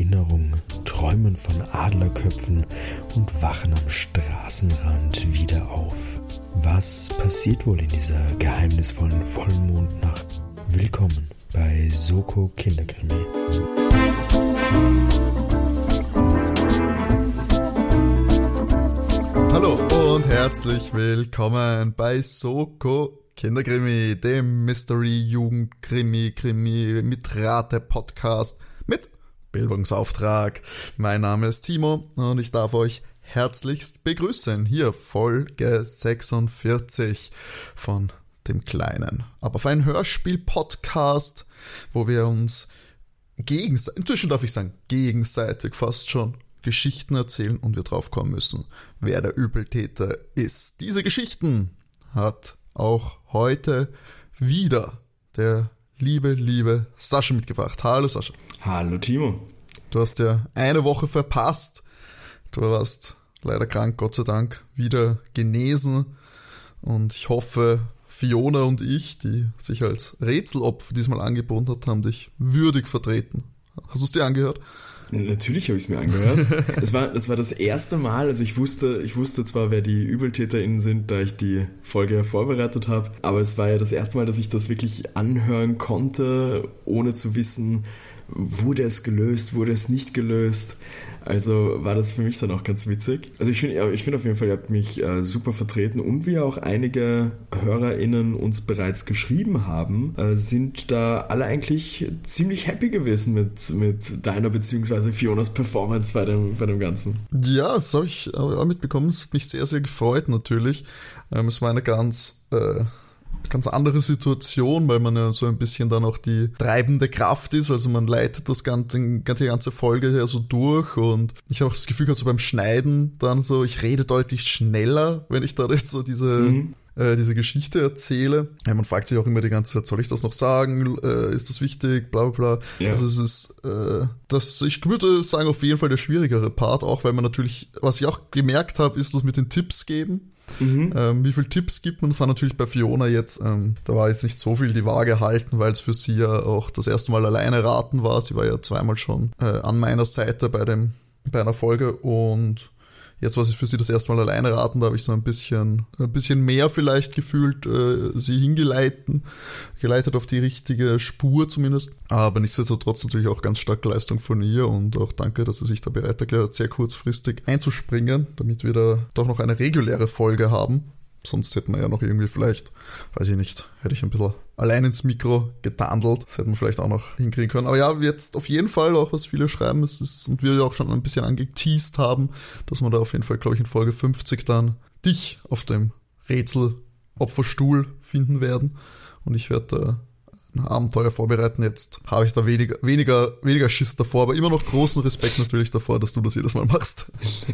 Erinnerung, träumen von Adlerköpfen und wachen am Straßenrand wieder auf. Was passiert wohl in dieser geheimnisvollen Vollmondnacht? Willkommen bei Soko Kinderkrimi. Hallo und herzlich willkommen bei Soko Kinderkrimi, dem Mystery-Jugendkrimi mit Rate-Podcast mit Bildungsauftrag. Mein Name ist Timo und ich darf euch herzlichst begrüßen. Hier Folge 46 von dem kleinen, aber für einen Hörspiel-Podcast, wo wir uns inzwischen darf ich sagen, gegenseitig fast schon Geschichten erzählen und wir drauf kommen müssen, wer der Übeltäter ist. Diese Geschichten hat auch heute wieder der liebe Sascha mitgebracht. Hallo Sascha. Hallo Timo. Du hast ja eine Woche verpasst. Du warst leider krank, Gott sei Dank, wieder genesen. Und ich hoffe, Fiona und ich, die sich als Rätselopfer diesmal angeboten hat, haben dich würdig vertreten. Hast du es dir angehört? Natürlich habe ich es mir angehört. Das war das erste Mal, also ich wusste zwar, wer die ÜbeltäterInnen sind, da ich die Folge ja vorbereitet habe, aber es war ja das erste Mal, dass ich das wirklich anhören konnte, ohne zu wissen, wurde es gelöst, wurde es nicht gelöst. Also war das für mich dann auch ganz witzig. Also ich finde auf jeden Fall, ihr habt mich super vertreten und wie auch einige HörerInnen uns bereits geschrieben haben, sind da alle eigentlich ziemlich happy gewesen mit deiner bzw. Fionas Performance bei dem Ganzen. Ja, das habe ich auch mitbekommen. Es hat mich sehr, sehr gefreut natürlich. Es war eine ganz andere Situation, weil man ja so ein bisschen dann auch die treibende Kraft ist, also man leitet die ganze Folge ja so durch und ich habe auch das Gefühl gehabt, so beim Schneiden dann so, ich rede deutlich schneller, wenn ich da jetzt so diese Geschichte erzähle. Ja, man fragt sich auch immer die ganze Zeit, soll ich das noch sagen, ist das wichtig, bla bla bla. Ja. Also es ist, ich würde sagen, auf jeden Fall der schwierigere Part, auch weil man natürlich, was ich auch gemerkt habe, ist das mit den Tipps geben. Wie viele Tipps gibt man? Das war natürlich bei Fiona jetzt, da war jetzt nicht so viel die Waage halten, weil es für sie ja auch das erste Mal alleine raten war. Sie war ja zweimal schon an meiner Seite bei einer Folge und jetzt war es für sie das erste Mal alleine raten, da habe ich so ein bisschen mehr vielleicht gefühlt sie geleitet auf die richtige Spur zumindest. Aber nichtsdestotrotz natürlich auch ganz starke Leistung von ihr und auch danke, dass sie sich da bereit erklärt hat, sehr kurzfristig einzuspringen, damit wir da doch noch eine reguläre Folge haben. Sonst hätten wir ja noch irgendwie vielleicht, weiß ich nicht, hätte ich ein bisschen allein ins Mikro getandelt. Das hätten wir vielleicht auch noch hinkriegen können. Aber ja, jetzt auf jeden Fall auch, was viele schreiben, und wir auch schon ein bisschen angeteased haben, dass man da auf jeden Fall, glaube ich, in Folge 50 dann dich auf dem Rätselopferstuhl finden werden. Und ich werde da ein Abenteuer vorbereiten. Jetzt habe ich da weniger Schiss davor, aber immer noch großen Respekt natürlich davor, dass du das jedes Mal machst.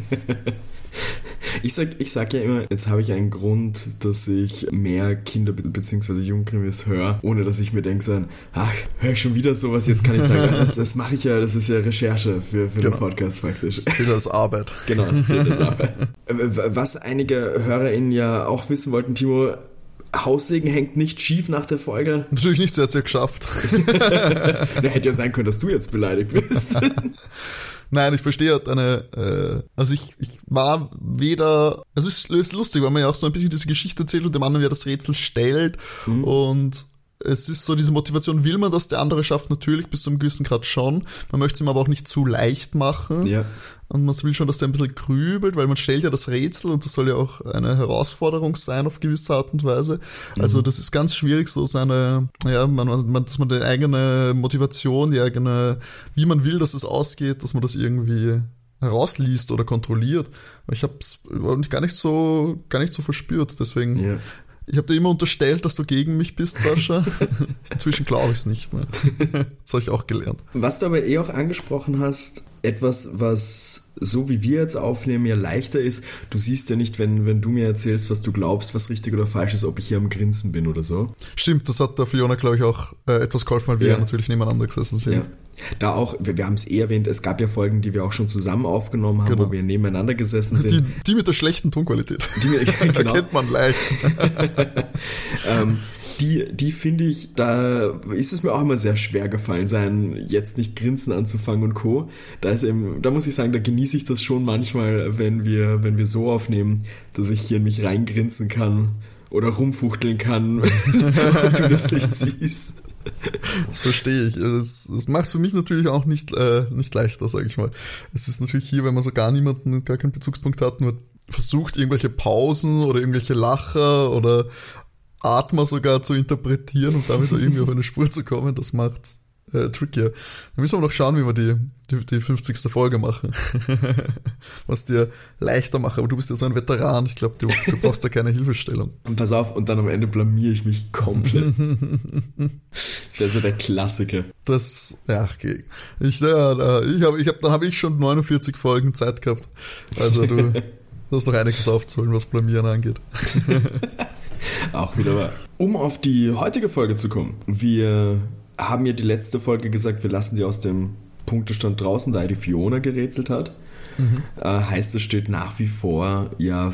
Ich sag ja immer, jetzt habe ich einen Grund, dass ich mehr Kinder- bzw. Jugendkrimis höre, ohne dass ich mir denke, höre ich schon wieder sowas, jetzt kann ich sagen, das mache ich ja, das ist ja Recherche für den Podcast praktisch. Das zählt als Arbeit. Genau, das zählt als Arbeit. Was einige HörerInnen ja auch wissen wollten, Timo, Haussegen hängt nicht schief nach der Folge. Natürlich nicht, sie hat es ja geschafft. Hätte ja sein können, dass du jetzt beleidigt bist. Nein, ich verstehe also ich war weder, also es ist lustig, weil man ja auch so ein bisschen diese Geschichte erzählt und dem anderen ja das Rätsel stellt und es ist so diese Motivation, will man das, der andere schafft natürlich bis zu einem gewissen Grad schon, man möchte es ihm aber auch nicht zu leicht machen. Ja. Und man will schon, dass er ein bisschen grübelt, weil man stellt ja das Rätsel und das soll ja auch eine Herausforderung sein auf gewisse Art und Weise. Also das ist ganz schwierig, so dass man die eigene Motivation, wie man will, dass es ausgeht, dass man das irgendwie herausliest oder kontrolliert. Ich habe es gar nicht so verspürt, deswegen... Yeah. Ich habe dir immer unterstellt, dass du gegen mich bist, Sascha. Inzwischen glaube ich es nicht mehr. Das habe ich auch gelernt. Was du aber auch angesprochen hast, etwas, was so wie wir jetzt aufnehmen, ja leichter ist. Du siehst ja nicht, wenn du mir erzählst, was du glaubst, was richtig oder falsch ist, ob ich hier am Grinsen bin oder so. Stimmt, das hat der Fiona, glaube ich, auch etwas geholfen, weil wir ja natürlich nebeneinander gesessen sind. Da auch, wir haben es erwähnt, es gab ja Folgen, die wir auch schon zusammen aufgenommen haben, wo wir nebeneinander gesessen sind. Die mit der schlechten Tonqualität. Genau. Kennt man leicht. Die finde ich, da ist es mir auch immer sehr schwer gefallen, jetzt nicht grinsen anzufangen und Co. Da muss ich sagen, da genieße ich das schon manchmal, wenn wir so aufnehmen, dass ich hier in mich reingrinsen kann oder rumfuchteln kann und du das nicht siehst. Das verstehe ich. Das macht es für mich natürlich auch nicht leichter, sage ich mal. Es ist natürlich hier, wenn man so gar keinen Bezugspunkt hat, nur versucht, irgendwelche Pausen oder irgendwelche Lacher oder Atmer sogar zu interpretieren und damit irgendwie auf eine Spur zu kommen, das macht trickier. Da müssen wir noch schauen, wie wir die 50. Folge machen. Was dir leichter macht. Aber du bist ja so ein Veteran. Ich glaube, du brauchst da keine Hilfestellung. Und pass auf, und dann am Ende blamier ich mich komplett. Das wäre so der Klassiker. Da habe ich schon 49 Folgen Zeit gehabt. Also du hast noch einiges aufzuholen, was Blamieren angeht. Auch wieder wahr. Um auf die heutige Folge zu kommen. Wir haben ja die letzte Folge gesagt, wir lassen die aus dem Punktestand draußen, da die Fiona gerätselt hat. Heißt, es steht nach wie vor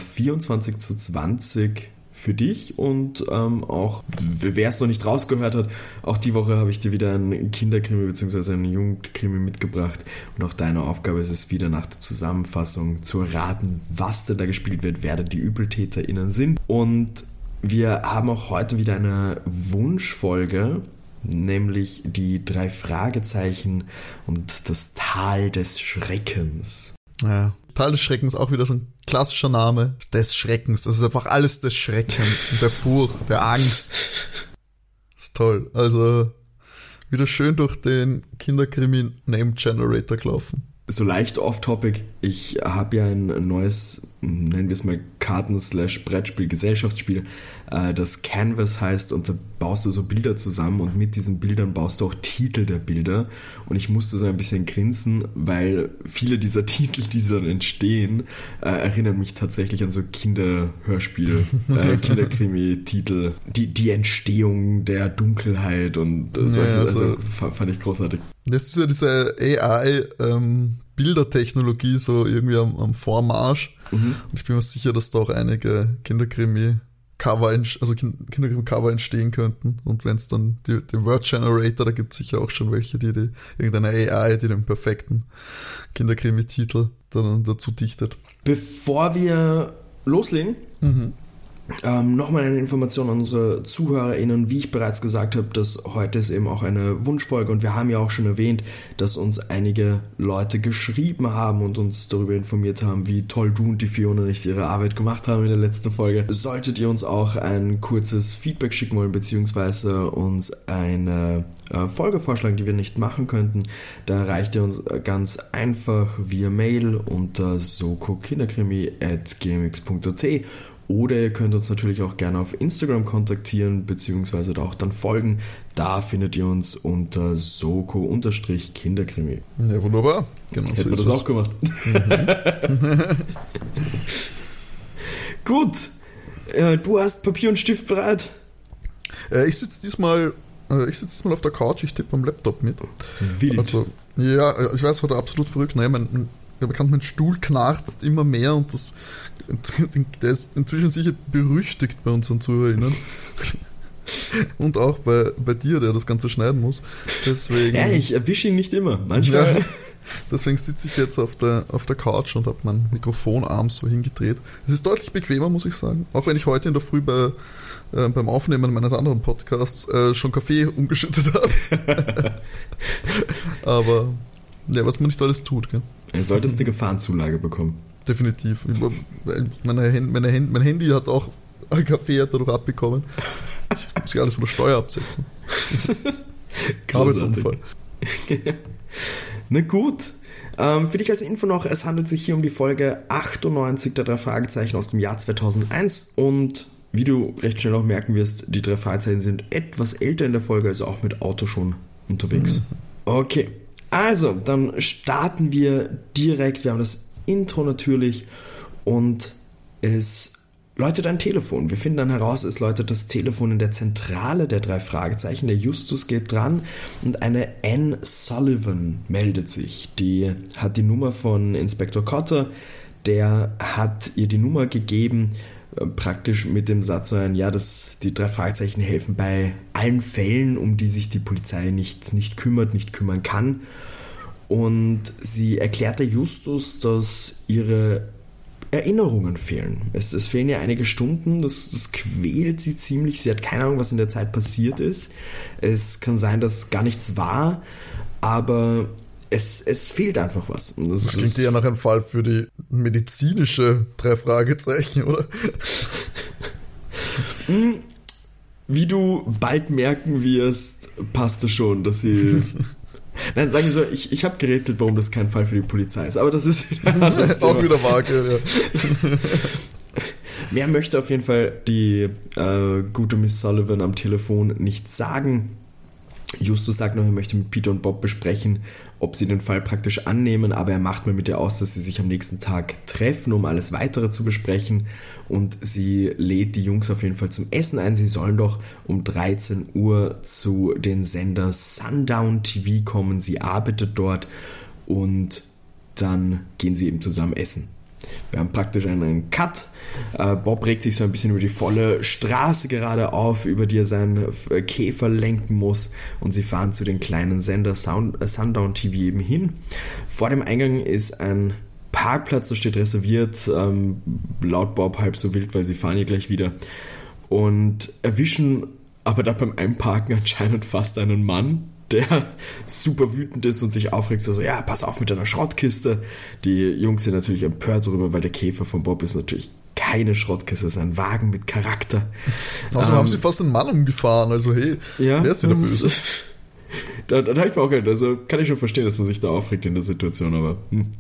24:20 für dich und auch, wer es noch nicht rausgehört hat, auch die Woche habe ich dir wieder einen Kinderkrimi bzw. einen Jugendkrimi mitgebracht und auch deine Aufgabe ist es wieder nach der Zusammenfassung zu raten, was denn da gespielt wird, wer denn die ÜbeltäterInnen sind. Und wir haben auch heute wieder eine Wunschfolge, nämlich die 3 Fragezeichen und das Tal des Schreckens. Ja, Tal des Schreckens, auch wieder so ein klassischer Name des Schreckens. Das ist einfach alles des Schreckens, der Furcht, der Angst. Das ist toll. Also wieder schön durch den Kinderkrimi-Name-Generator gelaufen. So leicht off-topic, ich habe ja ein neues, nennen wir es mal Karten/Brettspiel, Gesellschaftsspiel, das Canvas heißt, und da baust du so Bilder zusammen und mit diesen Bildern baust du auch Titel der Bilder und ich musste so ein bisschen grinsen, weil viele dieser Titel, die dann entstehen, erinnern mich tatsächlich an so Kinderhörspiel, Kinderkrimi-Titel, die Entstehung der Dunkelheit und also fand ich großartig. Das ist ja diese AI-Bildertechnologie so irgendwie am Vormarsch. Und ich bin mir sicher, dass da auch einige Kinderkrimi-Cover entstehen könnten. Und wenn es dann die Word Generator, da gibt es sicher auch schon welche, die irgendeine AI, die den perfekten Kinderkrimi-Titel dann dazu dichtet. Bevor wir loslegen, nochmal eine Information an unsere ZuhörerInnen. Wie ich bereits gesagt habe, dass heute ist eben auch eine Wunschfolge und wir haben ja auch schon erwähnt, dass uns einige Leute geschrieben haben und uns darüber informiert haben, wie toll du und die Fiona nicht ihre Arbeit gemacht haben in der letzten Folge. Solltet ihr uns auch ein kurzes Feedback schicken wollen, beziehungsweise uns eine Folge vorschlagen, die wir nicht machen könnten, da erreicht ihr uns ganz einfach via Mail unter sokokinderkrimi@gmx.at. Oder ihr könnt uns natürlich auch gerne auf Instagram kontaktieren, beziehungsweise da auch dann folgen. Da findet ihr uns unter soko_kinderkrimi. Ja, wunderbar. Genau, hätten wir das auch gemacht. Gut. Du hast Papier und Stift bereit? Ich sitze diesmal auf der Couch, ich tippe am Laptop mit. Wild. Also, ja, ich weiß, war da absolut verrückt. Naja, mein Stuhl knarzt immer mehr und der ist inzwischen sicher berüchtigt bei unseren ZuhörerInnen. Und auch bei dir, der das Ganze schneiden muss. Deswegen, ja, ich erwische ihn nicht immer. Manchmal. Ja, deswegen sitze ich jetzt auf der Couch und habe meinen Mikrofonarm so hingedreht. Es ist deutlich bequemer, muss ich sagen. Auch wenn ich heute in der Früh beim Aufnehmen meines anderen Podcasts schon Kaffee umgeschüttet habe. Aber ja, was man nicht alles tut. Gell? Du solltest eine Gefahrenzulage bekommen. Definitiv. Mein Handy hat auch einen Kaffee dadurch abbekommen. Ich muss ja alles von der Steuer absetzen. Arbeitsunfall. Na gut. Für dich als Info noch, es handelt sich hier um die Folge 98 der 3 Fragezeichen aus dem Jahr 2001 und wie du recht schnell auch merken wirst, die 3 Fragezeichen sind etwas älter in der Folge, also auch mit Auto schon unterwegs. Okay, also dann starten wir direkt. Wir haben das Intro natürlich und es läutet ein Telefon. Wir finden dann heraus, es läutet das Telefon in der Zentrale der 3 Fragezeichen. Der Justus geht dran und eine Anne Sullivan meldet sich. Die hat die Nummer von Inspektor Cotter. Der hat ihr die Nummer gegeben, praktisch mit dem Satz so ein, ja, dass die 3 Fragezeichen helfen bei allen Fällen, um die sich die Polizei nicht kümmern kann. Und sie erklärt der Justus, dass ihre Erinnerungen fehlen. Es fehlen ihr einige Stunden, das quält sie ziemlich. Sie hat keine Ahnung, was in der Zeit passiert ist. Es kann sein, dass gar nichts war, aber es fehlt einfach was. Das klingt ja nach einem Fall für die medizinische 3 Fragezeichen, oder? Wie du bald merken wirst, passt es schon, dass sie... Nein, sagen wir so, ich habe gerätselt, warum das kein Fall für die Polizei ist, aber das ist auch wieder vage, ja. Mehr möchte auf jeden Fall die gute Miss Sullivan am Telefon nicht sagen. Justus sagt noch, er möchte mit Peter und Bob besprechen, ob sie den Fall praktisch annehmen, aber er macht mal mit ihr aus, dass sie sich am nächsten Tag treffen, um alles Weitere zu besprechen, und sie lädt die Jungs auf jeden Fall zum Essen ein. Sie sollen doch um 13 Uhr zu den Sender Sundown TV kommen. Sie arbeitet dort und dann gehen sie eben zusammen essen. Wir haben praktisch einen Cut. Bob regt sich so ein bisschen über die volle Straße gerade auf, über die er seinen Käfer lenken muss, und sie fahren zu den kleinen Sender Sundown TV eben hin. Vor dem Eingang ist ein Parkplatz, da steht reserviert, laut Bob halb so wild, weil sie fahren hier gleich wieder, und erwischen aber da beim Einparken anscheinend fast einen Mann, der super wütend ist und sich aufregt, so, ja, pass auf mit deiner Schrottkiste. Die Jungs sind natürlich empört darüber, weil der Käfer von Bob ist natürlich keine Schrottkiste, es ist ein Wagen mit Charakter. Außerdem haben sie fast einen Mann umgefahren, also hey, ja, wer ist denn der Böse? Da habe ich mir auch gedacht, also kann ich schon verstehen, dass man sich da aufregt in der Situation, aber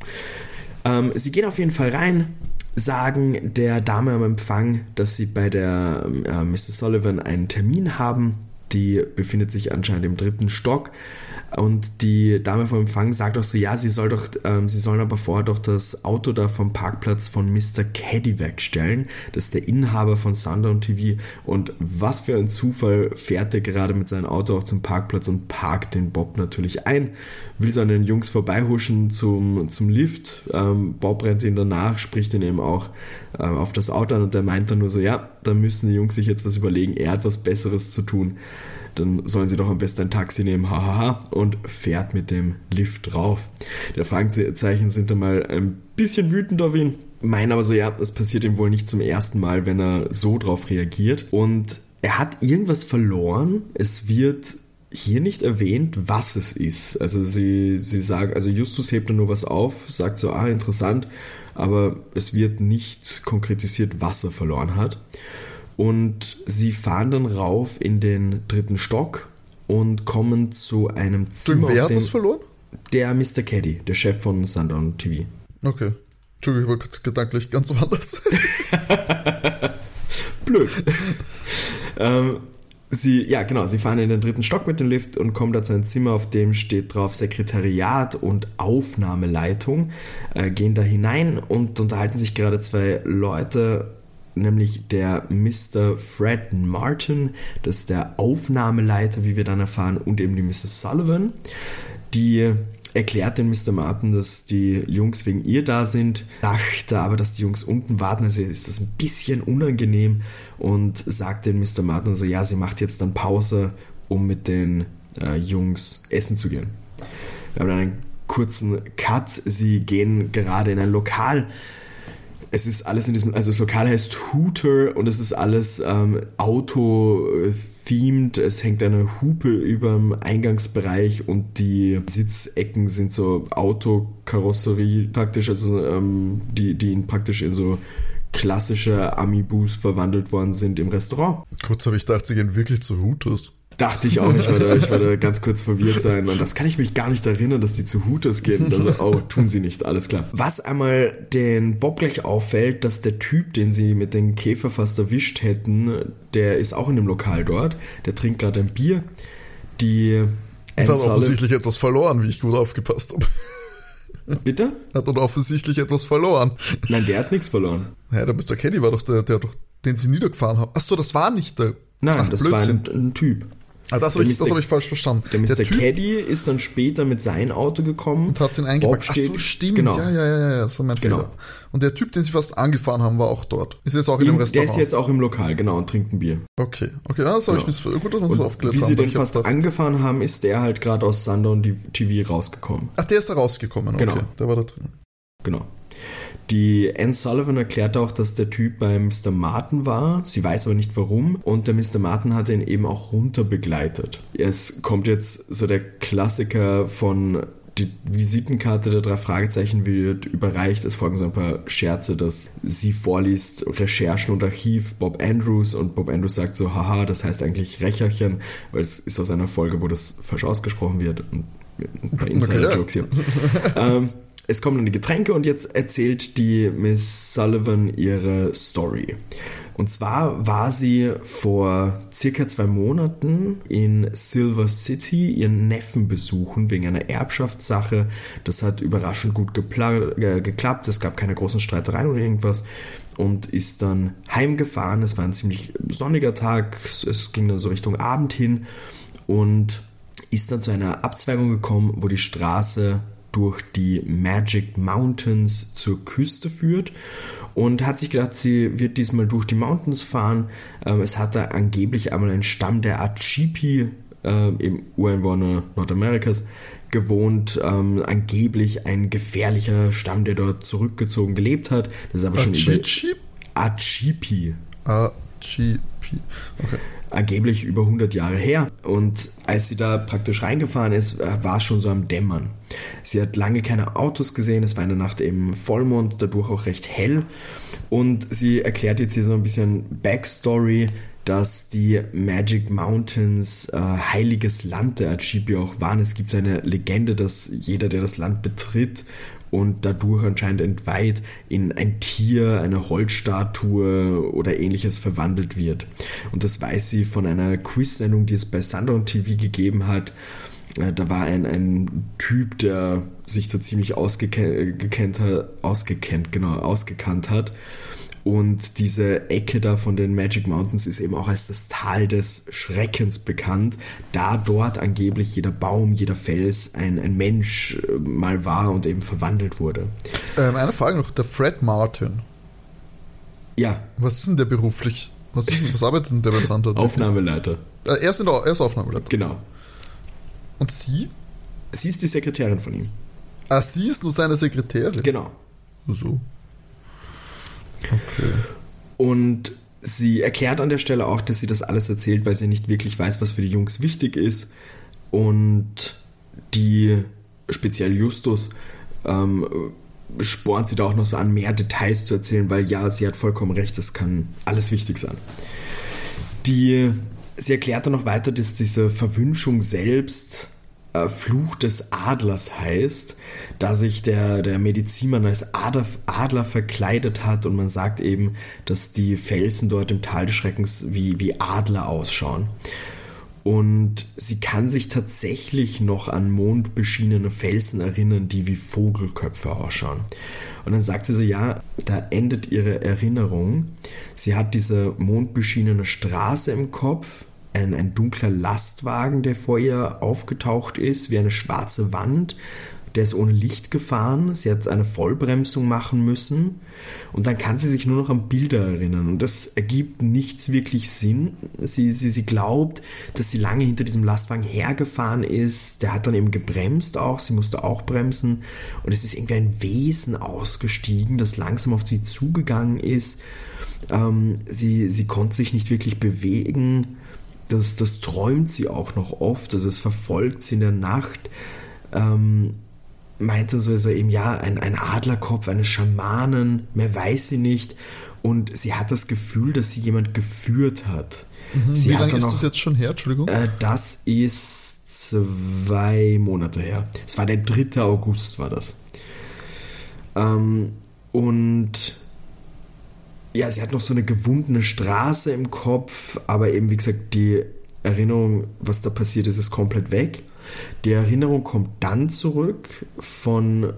sie gehen auf jeden Fall rein, sagen der Dame am Empfang, dass sie bei der Mrs. Sullivan einen Termin haben. Die befindet sich anscheinend im 3. Stock, und die Dame vom Empfang sagt auch so, ja, sie sollen aber vorher doch das Auto da vom Parkplatz von Mr. Caddy wegstellen. Das ist der Inhaber von Sundown TV, und was für ein Zufall, fährt er gerade mit seinem Auto auch zum Parkplatz und parkt den Bob natürlich ein, will so an den Jungs vorbeihuschen zum Lift. Bob rennt ihn danach, spricht ihn eben auch auf das Auto an, und der meint dann nur so, ja, da müssen die Jungs sich jetzt was überlegen, er hat was Besseres zu tun, dann sollen sie doch am besten ein Taxi nehmen, hahaha, und fährt mit dem Lift drauf. Die Fragezeichen sind dann mal ein bisschen wütend auf ihn, meinen aber so, ja, das passiert ihm wohl nicht zum ersten Mal, wenn er so drauf reagiert, und er hat irgendwas verloren. Es wird hier nicht erwähnt, was es ist. Also sie sagen, also Justus hebt dann nur was auf, sagt so, interessant, aber es wird nicht konkretisiert, was er verloren hat. Und sie fahren dann rauf in den 3. Stock und kommen zu einem Zimmer. Wer hat das verloren? Der Mr. Caddy, der Chef von Sundown TV. Okay. Entschuldigung, ich war gedanklich ganz woanders. Blöd. Sie fahren in den 3. Stock mit dem Lift und kommen da zu einem Zimmer, auf dem steht drauf Sekretariat und Aufnahmeleitung, gehen da hinein und unterhalten sich gerade 2 Leute, nämlich der Mr. Fred Martin, das ist der Aufnahmeleiter, wie wir dann erfahren, und eben die Mrs. Sullivan. Die erklärt den Mr. Martin, dass die Jungs wegen ihr da sind, dachte aber, dass die Jungs unten warten, also ist das ein bisschen unangenehm, und sagt den Mr. Martin so, ja, sie macht jetzt dann Pause, um mit den Jungs essen zu gehen. Wir haben dann einen kurzen Cut, sie gehen gerade in ein Lokal. Es ist alles also das Lokal heißt Hooter, und es ist alles Auto-themed. Es hängt eine Hupe über dem Eingangsbereich, und die Sitzecken sind so Autokarosserie praktisch, also die praktisch in so klassische Amiibus verwandelt worden sind im Restaurant. Kurz habe ich gedacht, sie gehen wirklich zu Hooters. Dachte ich auch, ich war da ganz kurz verwirrt sein, und das kann ich mich gar nicht erinnern, dass die zu Hooters gehen. Also, tun sie nicht, alles klar. Was einmal den Bob gleich auffällt, dass der Typ, den sie mit dem Käfer fast erwischt hätten, der ist auch in dem Lokal dort, der trinkt gerade ein Bier. Die und hat offensichtlich etwas verloren, wie ich gut aufgepasst habe. Bitte? Hat er offensichtlich etwas verloren. Nein, der hat nichts verloren. Ja, der Mr. Caddy war doch der den sie niedergefahren haben. Achso, das war nicht der... Nein, das Blödsinn. war ein Typ. Ah, das habe ich falsch verstanden. Der Mr. Typ Caddy ist dann später mit seinem Auto gekommen. und hat ihn eingepackt. Ach so, stimmt. Genau. Ja, das war mein Fehler. Und der Typ, den sie fast angefahren haben, war auch dort. Ist jetzt auch in dem Restaurant. Der ist jetzt auch im Lokal, genau, und trinkt ein Bier. Okay, das habe ich mir gut, dass wir das aufgeklärt haben. Wie sie den fast angefahren haben, ist der halt gerade aus Sundown TV rausgekommen. Ach, der ist da rausgekommen, okay. Genau. Der war da drin. Genau. Die Anne Sullivan erklärt auch, dass der Typ bei Mr. Martin war. Sie weiß aber nicht warum. Und der Mr. Martin hat ihn eben auch runter begleitet. Es kommt jetzt so der Klassiker von die Visitenkarte der 3 Fragezeichen wird überreicht. Es folgen so ein paar Scherze, dass sie vorliest Recherchen und Archiv Bob Andrews und Bob Andrews sagt so, haha, das heißt eigentlich Rächerchen, weil es ist aus einer Folge, wo das falsch ausgesprochen wird. Und ein paar Insider-Jokes hier. Es kommen dann die Getränke und jetzt erzählt die Miss Sullivan ihre Story. Und zwar war sie vor circa 2 Monaten in Silver City ihren Neffen besuchen wegen einer Erbschaftssache. Das hat überraschend gut geklappt. Es gab keine großen Streitereien oder irgendwas. Und ist dann heimgefahren. Es war ein ziemlich sonniger Tag. Es ging dann so Richtung Abend hin. Und ist dann zu einer Abzweigung gekommen, wo die Straße durch die Magic Mountains zur Küste führt und hat sich gedacht, sie wird diesmal durch die Mountains fahren. Es hat da angeblich einmal ein Stamm der Achipi, im Ureinwohner Nordamerikas, gewohnt. Angeblich ein gefährlicher Stamm, der dort zurückgezogen gelebt hat. Das ist aber schon über... Achipi. Okay. Angeblich über 100 Jahre her. Und als sie da praktisch reingefahren ist, war es schon so am Dämmern. Sie hat lange keine Autos gesehen, es war in der Nacht eben Vollmond, dadurch auch recht hell. Und sie erklärt jetzt hier so ein bisschen Backstory, dass die Magic Mountains heiliges Land der Achipi auch waren. Es gibt eine Legende, dass jeder, der das Land betritt und dadurch anscheinend entweiht, in ein Tier, eine Holzstatue oder ähnliches verwandelt wird. Und das weiß sie von einer Quiz-Sendung, die es bei Sundown TV gegeben hat. Da war ein Typ, der sich da ziemlich ausgekannt hat. Und diese Ecke da von den Magic Mountains ist eben auch als das Tal des Schreckens bekannt, da dort angeblich jeder Baum, jeder Fels ein Mensch mal war und eben verwandelt wurde. Eine Frage noch, der Fred Martin. Ja. Was ist denn der beruflich? Was arbeitet denn der bei Sundown? Aufnahmeleiter. Er ist Aufnahmeleiter. Genau. Und sie? Sie ist die Sekretärin von ihm. Ah, sie ist nur seine Sekretärin? Genau. So. Okay. Und sie erklärt an der Stelle auch, dass sie das alles erzählt, weil sie nicht wirklich weiß, was für die Jungs wichtig ist. Und die, speziell Justus, spornt sie da auch noch so an, mehr Details zu erzählen, weil ja, sie hat vollkommen recht, das kann alles wichtig sein. Sie erklärt dann noch weiter, dass diese Verwünschung selbst Fluch des Adlers heißt, da sich der Medizinmann als Adler verkleidet hat und man sagt eben, dass die Felsen dort im Tal des Schreckens wie Adler ausschauen. Und sie kann sich tatsächlich noch an mondbeschienene Felsen erinnern, die wie Vogelköpfe ausschauen. Und dann sagt sie so, ja, da endet ihre Erinnerung. Sie hat diese mondbeschienene Straße im Kopf, ein dunkler Lastwagen, der vor ihr aufgetaucht ist, wie eine schwarze Wand. Der ist ohne Licht gefahren. Sie hat eine Vollbremsung machen müssen. Und dann kann sie sich nur noch an Bilder erinnern. Und das ergibt nichts wirklich Sinn. Sie glaubt, dass sie lange hinter diesem Lastwagen hergefahren ist. Der hat dann eben gebremst auch. Sie musste auch bremsen. Und es ist irgendwie ein Wesen ausgestiegen, das langsam auf sie zugegangen ist. Sie konnte sich nicht wirklich bewegen. Das träumt sie auch noch oft, also es verfolgt sie in der Nacht. Meinte so eben, ja, ein Adlerkopf eines Schamanen, mehr weiß sie nicht. Und sie hat das Gefühl, dass sie jemand geführt hat. Wie lange ist das jetzt schon her? Entschuldigung? Das ist 2 Monate her. Es war der 3. August, war das. Und ja, sie hat noch so eine gewundene Straße im Kopf, aber eben, wie gesagt, die Erinnerung, was da passiert ist, ist komplett weg. Die Erinnerung kommt dann zurück von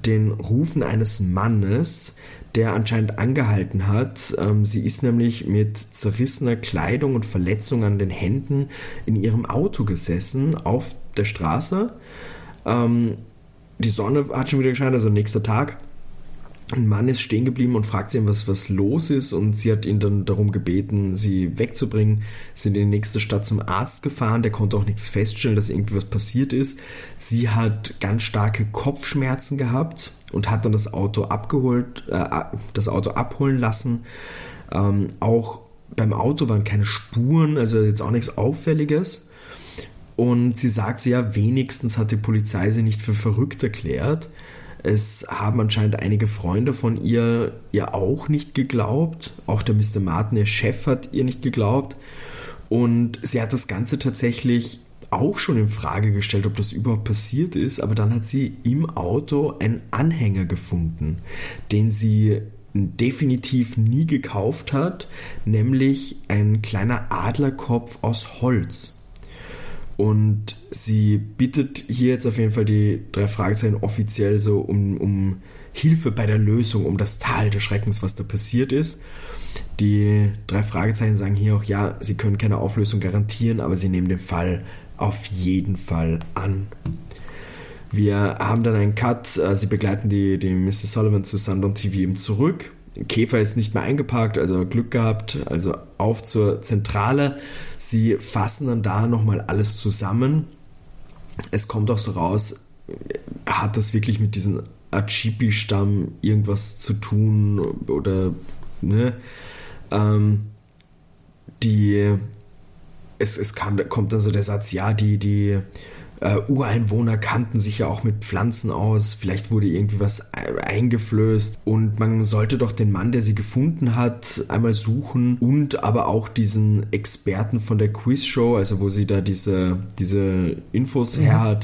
den Rufen eines Mannes, der anscheinend angehalten hat. Sie ist nämlich mit zerrissener Kleidung und Verletzungen an den Händen in ihrem Auto gesessen auf der Straße. Die Sonne hat schon wieder gescheint, also nächster Tag. Ein Mann ist stehen geblieben und fragt sie, was los ist, und sie hat ihn dann darum gebeten, sie wegzubringen. Sind in die nächste Stadt zum Arzt gefahren, der konnte auch nichts feststellen, dass irgendwie was passiert ist. Sie hat ganz starke Kopfschmerzen gehabt und hat dann das Auto abholen lassen. Auch beim Auto waren keine Spuren, also jetzt auch nichts Auffälliges. Und sie sagt so, ja, wenigstens hat die Polizei sie nicht für verrückt erklärt. Es haben anscheinend einige Freunde von ihr auch nicht geglaubt. Auch der Mr. Martin, ihr Chef, hat ihr nicht geglaubt. Und sie hat das Ganze tatsächlich auch schon in Frage gestellt, ob das überhaupt passiert ist. Aber dann hat sie im Auto einen Anhänger gefunden, den sie definitiv nie gekauft hat, nämlich ein kleiner Adlerkopf aus Holz. Und sie bittet hier jetzt auf jeden Fall die 3 Fragezeichen offiziell so um Hilfe bei der Lösung, um das Tal des Schreckens, was da passiert ist. Die 3 Fragezeichen sagen hier auch, ja, sie können keine Auflösung garantieren, aber sie nehmen den Fall auf jeden Fall an. Wir haben dann einen Cut, sie begleiten die Mrs. Sullivan zu Sundown TV eben zurück. Käfer ist nicht mehr eingeparkt, also Glück gehabt, also auf zur Zentrale. Sie fassen dann da nochmal alles zusammen. Es kommt auch so raus, hat das wirklich mit diesem Achipi-Stamm irgendwas zu tun oder ne? Kommt dann so der Satz, ja, die Ureinwohner kannten sich ja auch mit Pflanzen aus, vielleicht wurde irgendwie was eingeflößt und man sollte doch den Mann, der sie gefunden hat, einmal suchen und aber auch diesen Experten von der Quizshow, also wo sie da diese Infos her hat,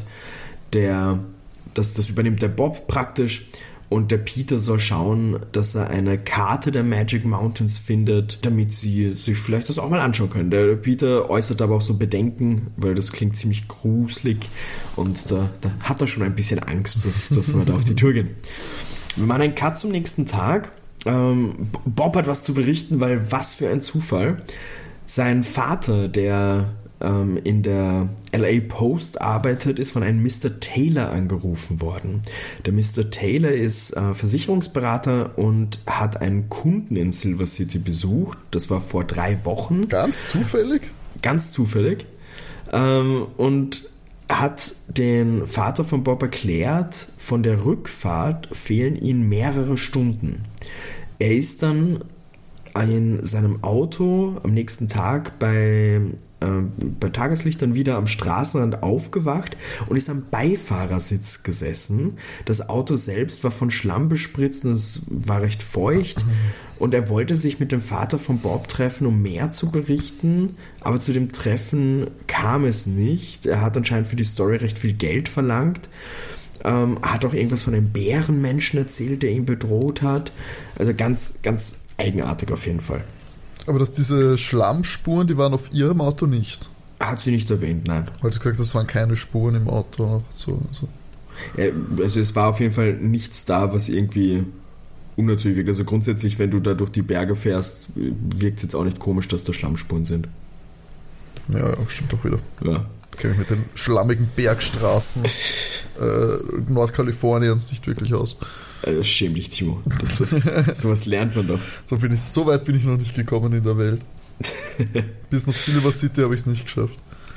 das übernimmt der Bob praktisch. Und der Peter soll schauen, dass er eine Karte der Magic Mountains findet, damit sie sich vielleicht das auch mal anschauen können. Der Peter äußert aber auch so Bedenken, weil das klingt ziemlich gruselig und da hat er schon ein bisschen Angst, dass wir da auf die Tour gehen. Wir machen einen Cut zum nächsten Tag. Bob hat was zu berichten, weil was für ein Zufall. Sein Vater, der in der LA Post arbeitet, ist von einem Mr. Taylor angerufen worden. Der Mr. Taylor ist Versicherungsberater und hat einen Kunden in Silver City besucht. Das war vor 3 Wochen. Ganz zufällig? Ganz zufällig. Und hat den Vater von Bob erklärt, von der Rückfahrt fehlen ihm mehrere Stunden. Er ist dann in seinem Auto am nächsten Tag bei Tageslicht dann wieder am Straßenrand aufgewacht und ist am Beifahrersitz gesessen. Das Auto selbst war von Schlamm bespritzt und es war recht feucht und er wollte sich mit dem Vater von Bob treffen, um mehr zu berichten, aber zu dem Treffen kam es nicht. Er hat anscheinend für die Story recht viel Geld verlangt, hat auch irgendwas von einem Bärenmenschen erzählt, der ihn bedroht hat. Also ganz, ganz eigenartig auf jeden Fall. Aber dass diese Schlammspuren, die waren auf ihrem Auto nicht? Hat sie nicht erwähnt, nein. Weil du gesagt hast, es waren keine Spuren im Auto. So. Also es war auf jeden Fall nichts da, was irgendwie unnatürlich wirkt. Also grundsätzlich, wenn du da durch die Berge fährst, wirkt es jetzt auch nicht komisch, dass da Schlammspuren sind. Ja, stimmt doch wieder. Ja. Kenne ich mit den schlammigen Bergstraßen Nordkaliforniens nicht wirklich aus. Schäm dich, Timo. Sowas lernt man doch. So weit bin ich noch nicht gekommen in der Welt. Bis nach Silver City habe ich es nicht geschafft.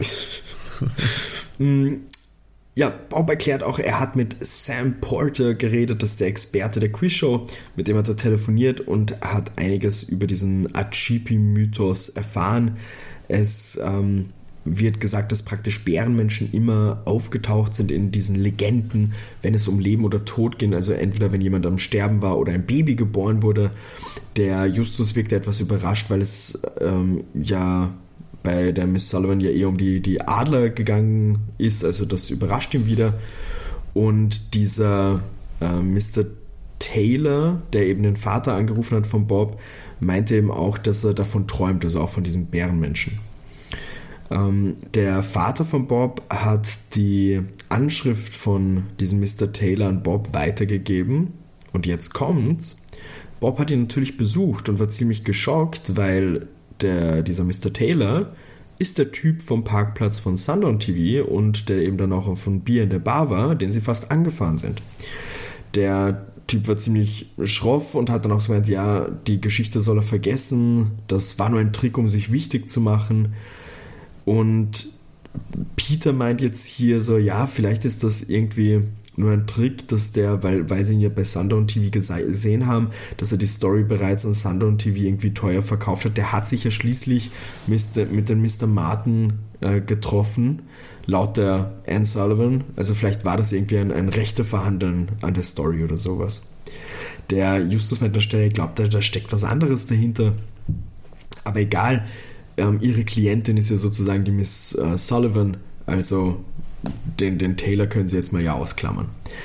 Ja, Bob erklärt auch, er hat mit Sam Porter geredet, das ist der Experte der Quizshow, mit dem hat er telefoniert und hat einiges über diesen Achipi-Mythos erfahren. Es wird gesagt, dass praktisch Bärenmenschen immer aufgetaucht sind in diesen Legenden, wenn es um Leben oder Tod ging, also entweder wenn jemand am Sterben war oder ein Baby geboren wurde. Der Justus wirkte etwas überrascht, weil es ja bei der Miss Sullivan ja eher um die Adler gegangen ist, also das überrascht ihn wieder. Und dieser Mr. Taylor, der eben den Vater angerufen hat von Bob, meinte eben auch, dass er davon träumt, also auch von diesem Bärenmenschen. Der Vater von Bob hat die Anschrift von diesem Mr. Taylor an Bob weitergegeben. Und jetzt kommt's. Bob hat ihn natürlich besucht und war ziemlich geschockt, weil dieser Mr. Taylor ist der Typ vom Parkplatz von Sundown TV und der eben dann auch von Bier in der Bar war, den sie fast angefahren sind. Der Typ war ziemlich schroff und hat dann auch so gemeint, ja, die Geschichte soll er vergessen, das war nur ein Trick, um sich wichtig zu machen. Und Peter meint jetzt hier so, ja, vielleicht ist das irgendwie nur ein Trick, dass weil sie ihn ja bei Sundown TV gesehen haben, dass er die Story bereits an Sundown TV irgendwie teuer verkauft hat. Der hat sich ja schließlich mit dem Mr. Martin getroffen, laut der Anne Sullivan. Also vielleicht war das irgendwie ein rechter Verhandeln an der Story oder sowas. Der Justus meint an der Stelle, glaubt, da steckt was anderes dahinter. Aber egal, ihre Klientin ist ja sozusagen die Miss Sullivan, also den Taylor können sie jetzt mal ja ausklammern.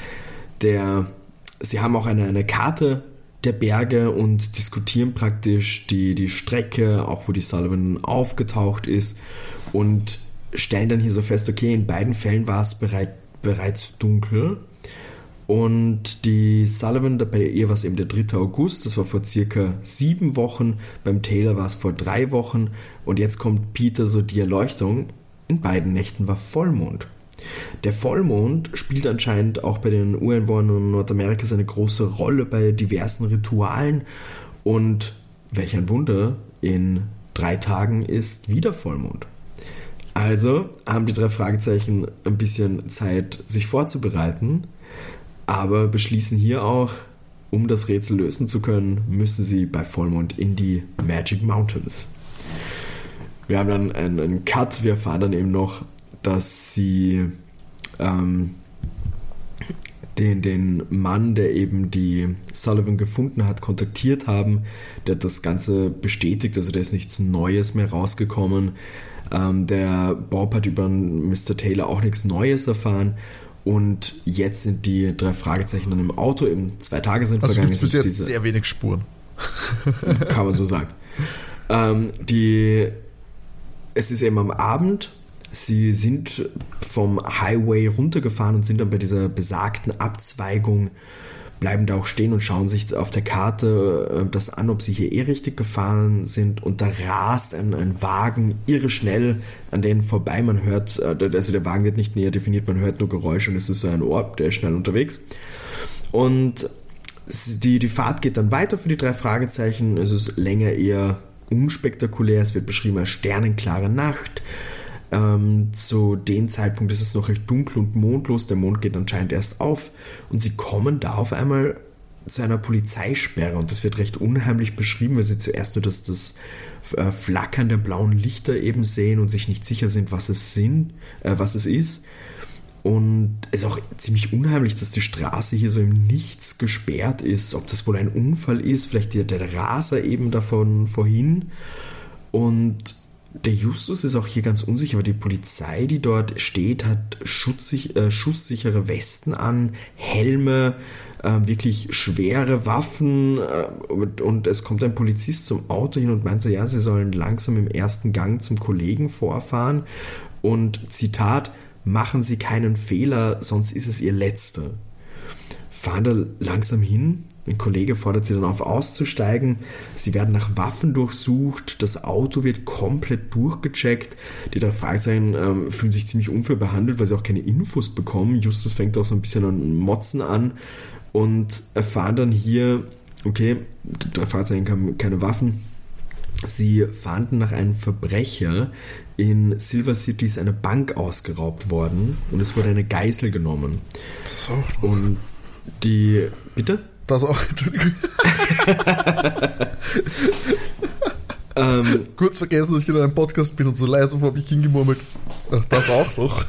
Sie haben auch eine Karte der Berge und diskutieren praktisch die Strecke, auch wo die Sullivan aufgetaucht ist, und stellen dann hier so fest, okay, in beiden Fällen war es bereits dunkel. Und die Sullivan, bei ihr war es eben der 3. August, das war vor circa 7 Wochen, beim Taylor war es vor 3 Wochen, und jetzt kommt Peter so die Erleuchtung, in beiden Nächten war Vollmond. Der Vollmond spielt anscheinend auch bei den Ureinwohnern Nordamerikas eine große Rolle bei diversen Ritualen, und welch ein Wunder, in 3 Tagen ist wieder Vollmond. Also haben die 3 Fragezeichen ein bisschen Zeit, sich vorzubereiten, aber beschließen hier auch, um das Rätsel lösen zu können, müssen sie bei Vollmond in die Magic Mountains. Wir haben dann einen Cut, wir erfahren dann eben noch, dass sie den Mann, der eben die Sullivan gefunden hat, kontaktiert haben. Der hat das Ganze bestätigt, also da ist nichts Neues mehr rausgekommen. Der Bob hat über Mr. Taylor auch nichts Neues erfahren. Und jetzt sind die 3 Fragezeichen dann im Auto, eben 2 Tage sind vergangen. Also gibt es bis jetzt sehr wenig Spuren. Kann man so sagen. Es ist eben am Abend. Sie sind vom Highway runtergefahren und sind dann bei dieser besagten Abzweigung, bleiben da auch stehen und schauen sich auf der Karte das an, ob sie hier richtig gefahren sind, und da rast ein Wagen irre schnell an denen vorbei. Man hört, also der Wagen wird nicht näher definiert, man hört nur Geräusche und es ist so ein Ort, der ist schnell unterwegs. Und die Fahrt geht dann weiter für die 3 Fragezeichen. Es ist länger eher unspektakulär, es wird beschrieben als sternenklare Nacht. Zu dem Zeitpunkt ist es noch recht dunkel und mondlos, der Mond geht anscheinend erst auf, und sie kommen da auf einmal zu einer Polizeisperre, und das wird recht unheimlich beschrieben, weil sie zuerst nur das Flackern der blauen Lichter eben sehen und sich nicht sicher sind, was es ist. Und es ist auch ziemlich unheimlich, dass die Straße hier so im Nichts gesperrt ist, ob das wohl ein Unfall ist, vielleicht der Raser eben davon vorhin. Und der Justus ist auch hier ganz unsicher, aber die Polizei, die dort steht, hat schusssichere Westen an, Helme, wirklich schwere Waffen, und es kommt ein Polizist zum Auto hin und meint so, ja, sie sollen langsam im ersten Gang zum Kollegen vorfahren und, Zitat, machen Sie keinen Fehler, sonst ist es Ihr letzter. Fahren da langsam hin. Ein Kollege fordert sie dann auf, auszusteigen. Sie werden nach Waffen durchsucht. Das Auto wird komplett durchgecheckt. Die 3 Fragezeichen fühlen sich ziemlich unfair behandelt, weil sie auch keine Infos bekommen. Justus fängt auch so ein bisschen an Motzen an und erfahren dann hier, okay, die 3 Fragezeichen haben keine Waffen. Sie fahnden nach einem Verbrecher. In Silver City ist eine Bank ausgeraubt worden und es wurde eine Geißel genommen. Das ist auch. Und bitte? Das auch, Entschuldigung. Kurz vergessen, dass ich in einem Podcast bin und so leise vor mich hingemurmelt. Ach, das auch noch.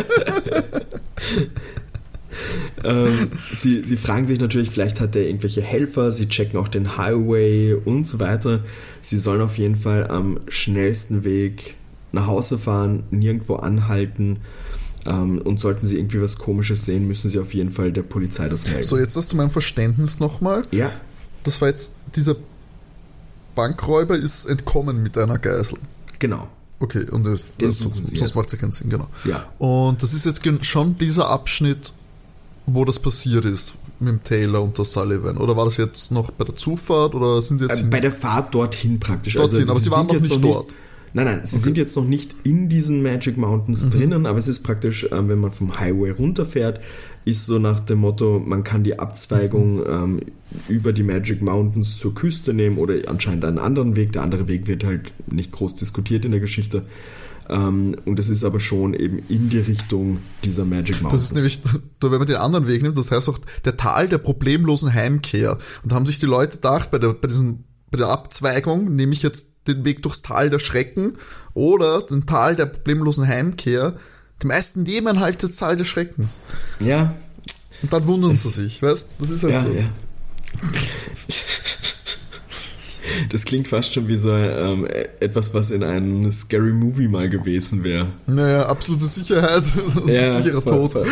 Sie fragen sich natürlich, vielleicht hat er irgendwelche Helfer, sie checken auch den Highway und so weiter. Sie sollen auf jeden Fall am schnellsten Weg nach Hause fahren, nirgendwo anhalten. Und sollten sie irgendwie was Komisches sehen, müssen sie auf jeden Fall der Polizei das melden. So, jetzt das zu meinem Verständnis nochmal. Ja. Das war jetzt, dieser Bankräuber ist entkommen mit einer Geißel. Genau. Okay, und sonst macht es ja keinen Sinn, genau. Ja. Und das ist jetzt schon dieser Abschnitt, wo das passiert ist mit dem Taylor und der Sullivan. Oder war das jetzt noch bei der Zufahrt oder sind sie jetzt bei der Fahrt dorthin praktisch. Dorthin, aber sie waren noch nicht dort. Nein, sie sind jetzt noch nicht in diesen Magic Mountains drinnen, aber es ist praktisch, wenn man vom Highway runterfährt, ist so nach dem Motto, man kann die Abzweigung über die Magic Mountains zur Küste nehmen oder anscheinend einen anderen Weg. Der andere Weg wird halt nicht groß diskutiert in der Geschichte. Und es ist aber schon eben in die Richtung dieser Magic Mountains. Das ist nämlich, wenn man den anderen Weg nimmt, das heißt auch der Tal der problemlosen Heimkehr. Und da haben sich die Leute gedacht, bei der Abzweigung nehme ich jetzt den Weg durchs Tal der Schrecken oder den Tal der problemlosen Heimkehr. Die meisten nehmen halt das Tal des Schreckens. Ja. Und dann wundern sie sich, weißt du? Das ist halt so. Ja. Das klingt fast schon wie so etwas, was in einem Scary Movie mal gewesen wäre. Naja, absolute Sicherheit, sicherer Tod. Voll.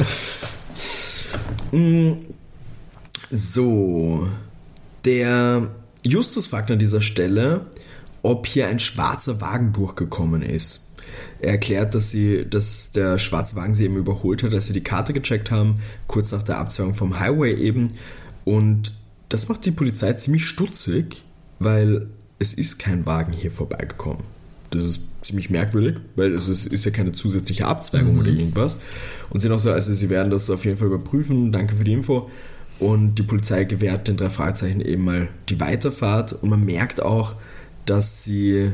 So, der Justus fragt an dieser Stelle, ob hier ein schwarzer Wagen durchgekommen ist. Er erklärt, dass der schwarze Wagen sie eben überholt hat, als sie die Karte gecheckt haben, kurz nach der Abzweigung vom Highway eben. Und das macht die Polizei ziemlich stutzig, weil es ist kein Wagen hier vorbeigekommen. Das ist ziemlich merkwürdig, weil es ist ja keine zusätzliche Abzweigung oder irgendwas. Und sind auch so, also sie werden das auf jeden Fall überprüfen, danke für die Info. Und die Polizei gewährt den 3 Fragezeichen eben mal die Weiterfahrt und man merkt auch, dass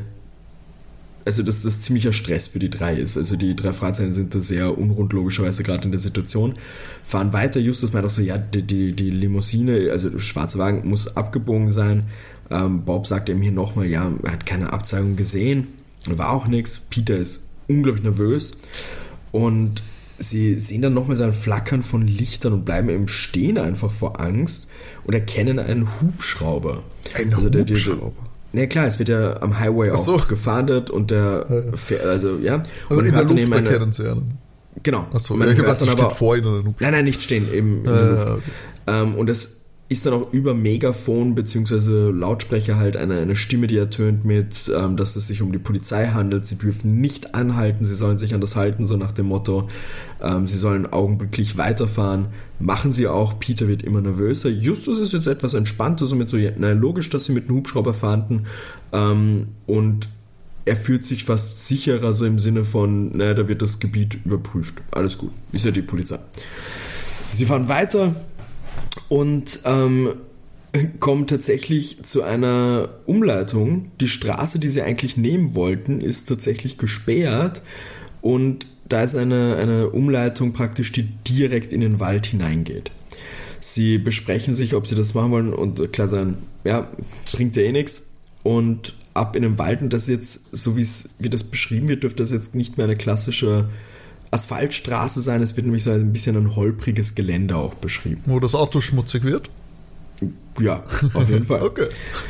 das ziemlicher Stress für die 3 ist. Also die 3 Fragezeichen sind da sehr unrund, logischerweise gerade in der Situation. Fahren weiter, Justus meint auch so, ja, die Limousine, also der schwarze Wagen muss abgebogen sein. Bob sagt eben hier nochmal, ja, er hat keine Abzweigung gesehen, war auch nichts. Peter ist unglaublich nervös und sie sehen dann nochmal so ein Flackern von Lichtern und bleiben eben stehen einfach vor Angst und erkennen einen Hubschrauber. Hubschrauber? Na klar, es wird ja am Highway auch gefahndet und der Also in der Luft erkennen sie einen. Genau. Achso, ich habe gedacht, steht vor ihnen einen Hubschrauber. Nein, nicht stehen, eben in der Luft. Okay. Und das ist dann auch über Megafon bzw. Lautsprecher halt eine Stimme, die ertönt mit, dass es sich um die Polizei handelt. Sie dürfen nicht anhalten, sie sollen sich an das halten, so nach dem Motto, sie sollen augenblicklich weiterfahren. Machen sie auch, Peter wird immer nervöser. Justus ist jetzt etwas entspannter, somit so, na logisch, dass sie mit dem Hubschrauber fahren. Und er fühlt sich fast sicherer, so im Sinne von, naja, da wird das Gebiet überprüft. Alles gut, ist ja die Polizei. Sie fahren weiter und kommen tatsächlich zu einer Umleitung. Die Straße, die sie eigentlich nehmen wollten, ist tatsächlich gesperrt und da ist eine Umleitung praktisch, die direkt in den Wald hineingeht. Sie besprechen sich, ob sie das machen wollen und klar sagen, ja, bringt ja eh nichts und ab in den Wald und das jetzt, so wie das beschrieben wird, dürfte das jetzt nicht mehr eine klassische Asphaltstraße sein, es wird nämlich so ein bisschen ein holpriges Gelände auch beschrieben. Wo das Auto schmutzig wird? Ja, auf jeden Fall. Okay.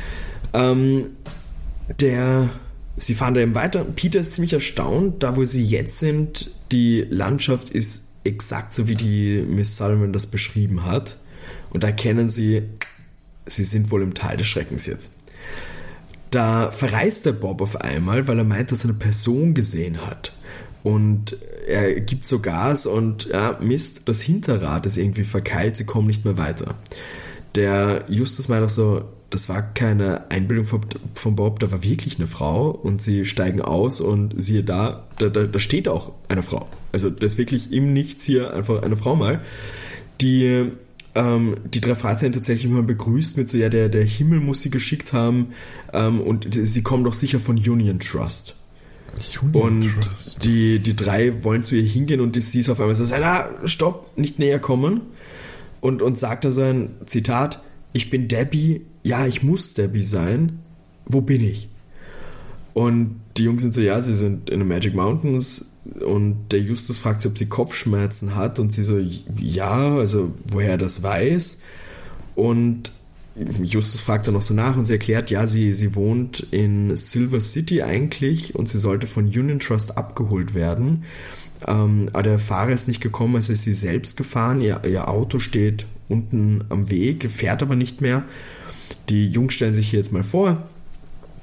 Sie fahren da eben weiter. Peter ist ziemlich erstaunt, da wo sie jetzt sind, die Landschaft ist exakt so, wie die Miss Sullivan das beschrieben hat. Und da erkennen sie sind wohl im Tal des Schreckens jetzt. Da verreist der Bob auf einmal, weil er meint, dass er eine Person gesehen hat. Und er gibt so Gas und ja, Mist, das Hinterrad ist irgendwie verkeilt, sie kommen nicht mehr weiter. Der Justus meint auch so, das war keine Einbildung von Bob, da war wirklich eine Frau und sie steigen aus und siehe da steht auch eine Frau. Also das ist wirklich im Nichts hier einfach eine Frau mal, die 3 Fragezeichen tatsächlich mal begrüßt mit so, ja, der Himmel muss sie geschickt haben und sie kommen doch sicher von Union Trust. Und die 3 wollen zu ihr hingehen und sie ist auf einmal so, na, stopp, nicht näher kommen und sagt da so ein Zitat, ich bin Debbie, ja, ich muss Debbie sein, wo bin ich? Und die Jungs sind so, ja, sie sind in den Magic Mountains und der Justus fragt sie, ob sie Kopfschmerzen hat und sie so, ja, also woher er das weiß und Justus fragt dann noch so nach und sie erklärt, ja, sie wohnt in Silver City eigentlich und sie sollte von Union Trust abgeholt werden. Aber der Fahrer ist nicht gekommen, also ist sie selbst gefahren. Ihr Auto steht unten am Weg, fährt aber nicht mehr. Die Jungs stellen sich hier jetzt mal vor,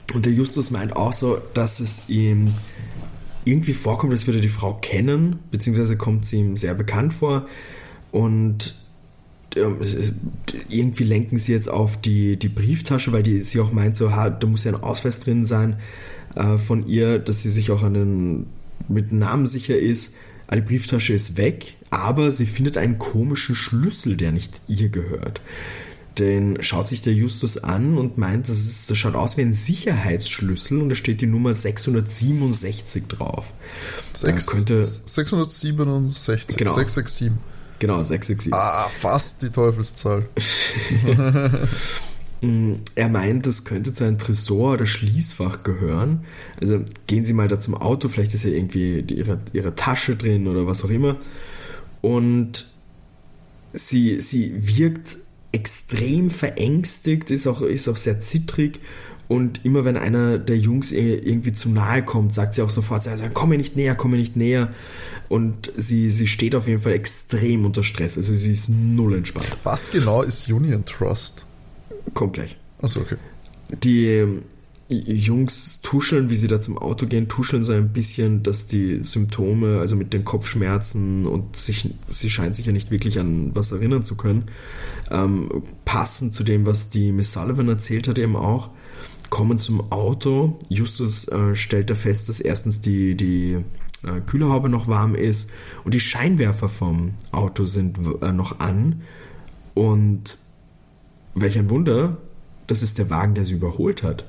Und der Justus meint auch so, dass es ihm irgendwie vorkommt, als würde er die Frau kennen, beziehungsweise kommt sie ihm sehr bekannt vor. Und irgendwie lenken sie jetzt auf die Brieftasche, weil sie auch meint, so, da muss ja ein Ausweis drin sein von ihr, dass sie sich auch mit Namen sicher ist. Die Brieftasche ist weg, aber sie findet einen komischen Schlüssel, der nicht ihr gehört. Den schaut sich der Justus an und meint, das schaut aus wie ein Sicherheitsschlüssel und da steht die Nummer 667 drauf. 667, genau. 667. Genau, 667. Fast die Teufelszahl. Er meint, das könnte zu einem Tresor oder Schließfach gehören. Also gehen Sie mal da zum Auto, vielleicht ist ja irgendwie ihre Tasche drin oder was auch immer. Und sie wirkt extrem verängstigt, ist auch sehr zittrig und immer wenn einer der Jungs irgendwie zu nahe kommt, sagt sie auch sofort, komm mir nicht näher. Und sie steht auf jeden Fall extrem unter Stress, also sie ist null entspannt. Was genau ist Union Trust? Kommt gleich. Achso, okay. Die Jungs tuscheln, wie sie da zum Auto gehen, tuscheln so ein bisschen, dass die Symptome, also mit den Kopfschmerzen und sie scheint sich ja nicht wirklich an was erinnern zu können, passen zu dem, was die Miss Sullivan erzählt hat eben auch, kommen zum Auto. Justus stellt da fest, dass erstens die Kühlerhaube noch warm ist und die Scheinwerfer vom Auto sind noch an und welch ein Wunder, das ist der Wagen, der sie überholt hat.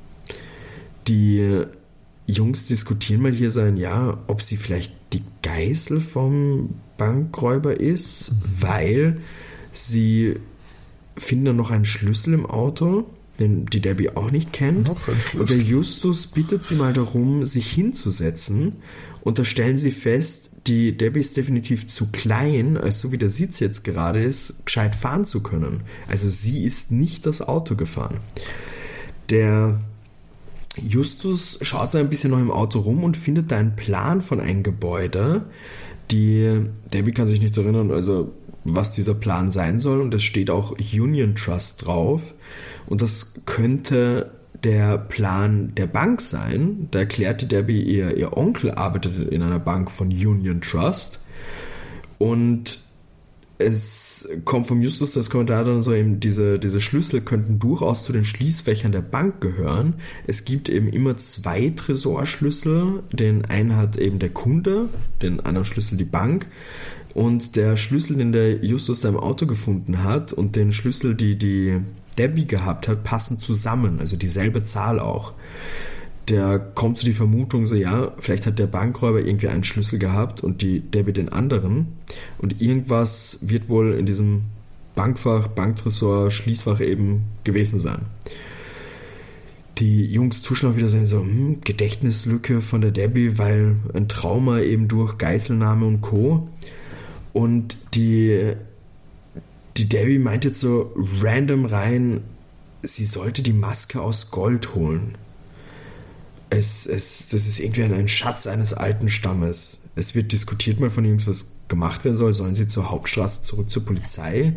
Die Jungs diskutieren mal hier ob sie vielleicht die Geißel vom Bankräuber ist, weil sie finden dann noch einen Schlüssel im Auto, den die Debbie auch nicht kennt. Noch ein Schlüssel. Und der Justus bittet sie mal darum, sich hinzusetzen. Und da stellen sie fest, die Debbie ist definitiv zu klein, als so wie der Sitz jetzt gerade ist, gescheit fahren zu können. Also sie ist nicht das Auto gefahren. Der Justus schaut so ein bisschen noch im Auto rum und findet da einen Plan von einem Gebäude. Die Debbie kann sich nicht erinnern, also was dieser Plan sein soll. Und es steht auch Union Trust drauf. Und das könnte der Plan der Bank sein. Da erklärt die Debbie, ihr Onkel arbeitet in einer Bank von Union Trust. Und es kommt vom Justus das Kommentar dann so, eben diese Schlüssel könnten durchaus zu den Schließfächern der Bank gehören. Es gibt eben immer 2 Tresorschlüssel. Den einen hat eben der Kunde, den anderen Schlüssel die Bank. Und der Schlüssel, den der Justus da im Auto gefunden hat und den Schlüssel, die Debbie gehabt hat, passen zusammen, also dieselbe Zahl auch. Der kommt zu die Vermutung so, vielleicht hat der Bankräuber irgendwie einen Schlüssel gehabt und die Debbie den anderen und irgendwas wird wohl in diesem Bankfach, Banktresor, Schließfach eben gewesen sein. Die Jungs tuschen auch wieder so, Gedächtnislücke von der Debbie, weil ein Trauma eben durch Geiselnahme und Co. Und die Debbie meint jetzt so random rein, sie sollte die Maske aus Gold holen. Das ist irgendwie ein Schatz eines alten Stammes. Es wird diskutiert mal von Jungs, was gemacht werden soll. Sollen sie zur Hauptstraße zurück zur Polizei?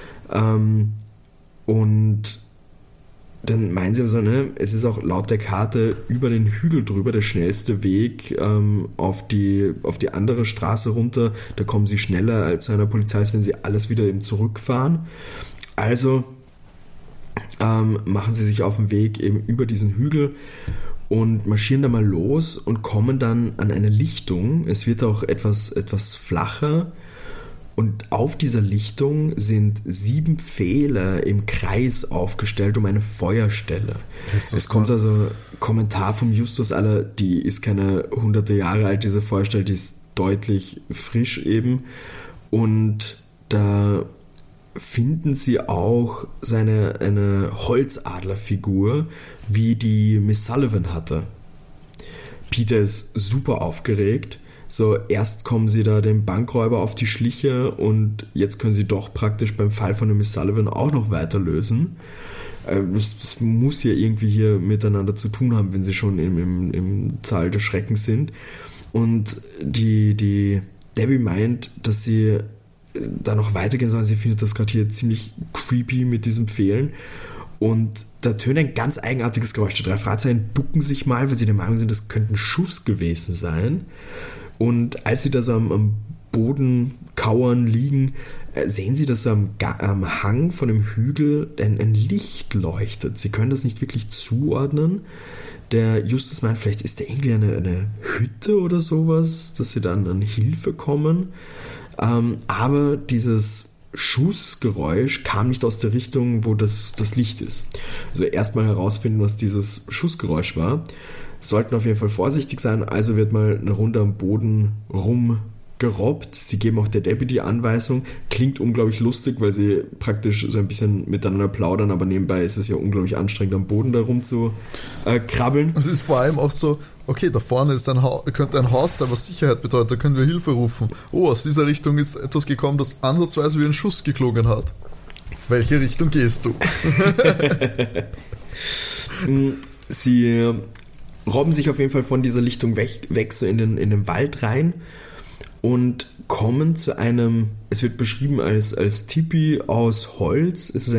Und dann meinen sie aber so, es ist auch laut der Karte über den Hügel drüber der schnellste Weg auf die andere Straße runter. Da kommen sie schneller zu einer Polizei, als wenn sie alles wieder eben zurückfahren. Also machen sie sich auf den Weg eben über diesen Hügel und marschieren da mal los und kommen dann an eine Lichtung. Es wird auch etwas flacher. Und auf dieser Lichtung sind 7 Pfähle im Kreis aufgestellt um eine Feuerstelle. Es kommt also Kommentar vom Justus, die ist keine hunderte Jahre alt, diese Feuerstelle, die ist deutlich frisch eben. Und da finden sie auch eine Holzadlerfigur, wie die Miss Sullivan hatte. Peter ist super aufgeregt. So, erst kommen sie da dem Bankräuber auf die Schliche und jetzt können sie doch praktisch beim Fall von der Miss Sullivan auch noch weiter lösen. Das muss ja irgendwie hier miteinander zu tun haben, wenn sie schon im Tal des Schreckens sind. Und die Debbie meint, dass sie da noch weitergehen sollen. Sie findet das gerade hier ziemlich creepy mit diesem Pfählen. Und da tönt ein ganz eigenartiges Geräusch. Die 3 Fragezeichen ducken sich mal, weil sie der Meinung sind, das könnte ein Schuss gewesen sein. Und als sie da so am Boden kauern, liegen, sehen sie, dass am Hang von dem Hügel ein Licht leuchtet. Sie können das nicht wirklich zuordnen. Der Justus meint, vielleicht ist da irgendwie eine Hütte oder sowas, dass sie dann an Hilfe kommen. Aber dieses Schussgeräusch kam nicht aus der Richtung, wo das Licht ist. Also erstmal herausfinden, was dieses Schussgeräusch war. Sollten auf jeden Fall vorsichtig sein, also wird mal eine Runde am Boden rumgerobbt. Sie geben auch der Debbie die Anweisung. Klingt unglaublich lustig, weil sie praktisch so ein bisschen miteinander plaudern, aber nebenbei ist es ja unglaublich anstrengend, am Boden da rum zu krabbeln. Es ist vor allem auch so, okay, da vorne ist könnte ein Haus sein, was Sicherheit bedeutet, da können wir Hilfe rufen. Oh, aus dieser Richtung ist etwas gekommen, das ansatzweise wie ein Schuss geklungen hat. Welche Richtung gehst du? Sie robben sich auf jeden Fall von dieser Lichtung weg so in den Wald rein und kommen zu einem, es wird beschrieben als Tipi aus Holz. Es ist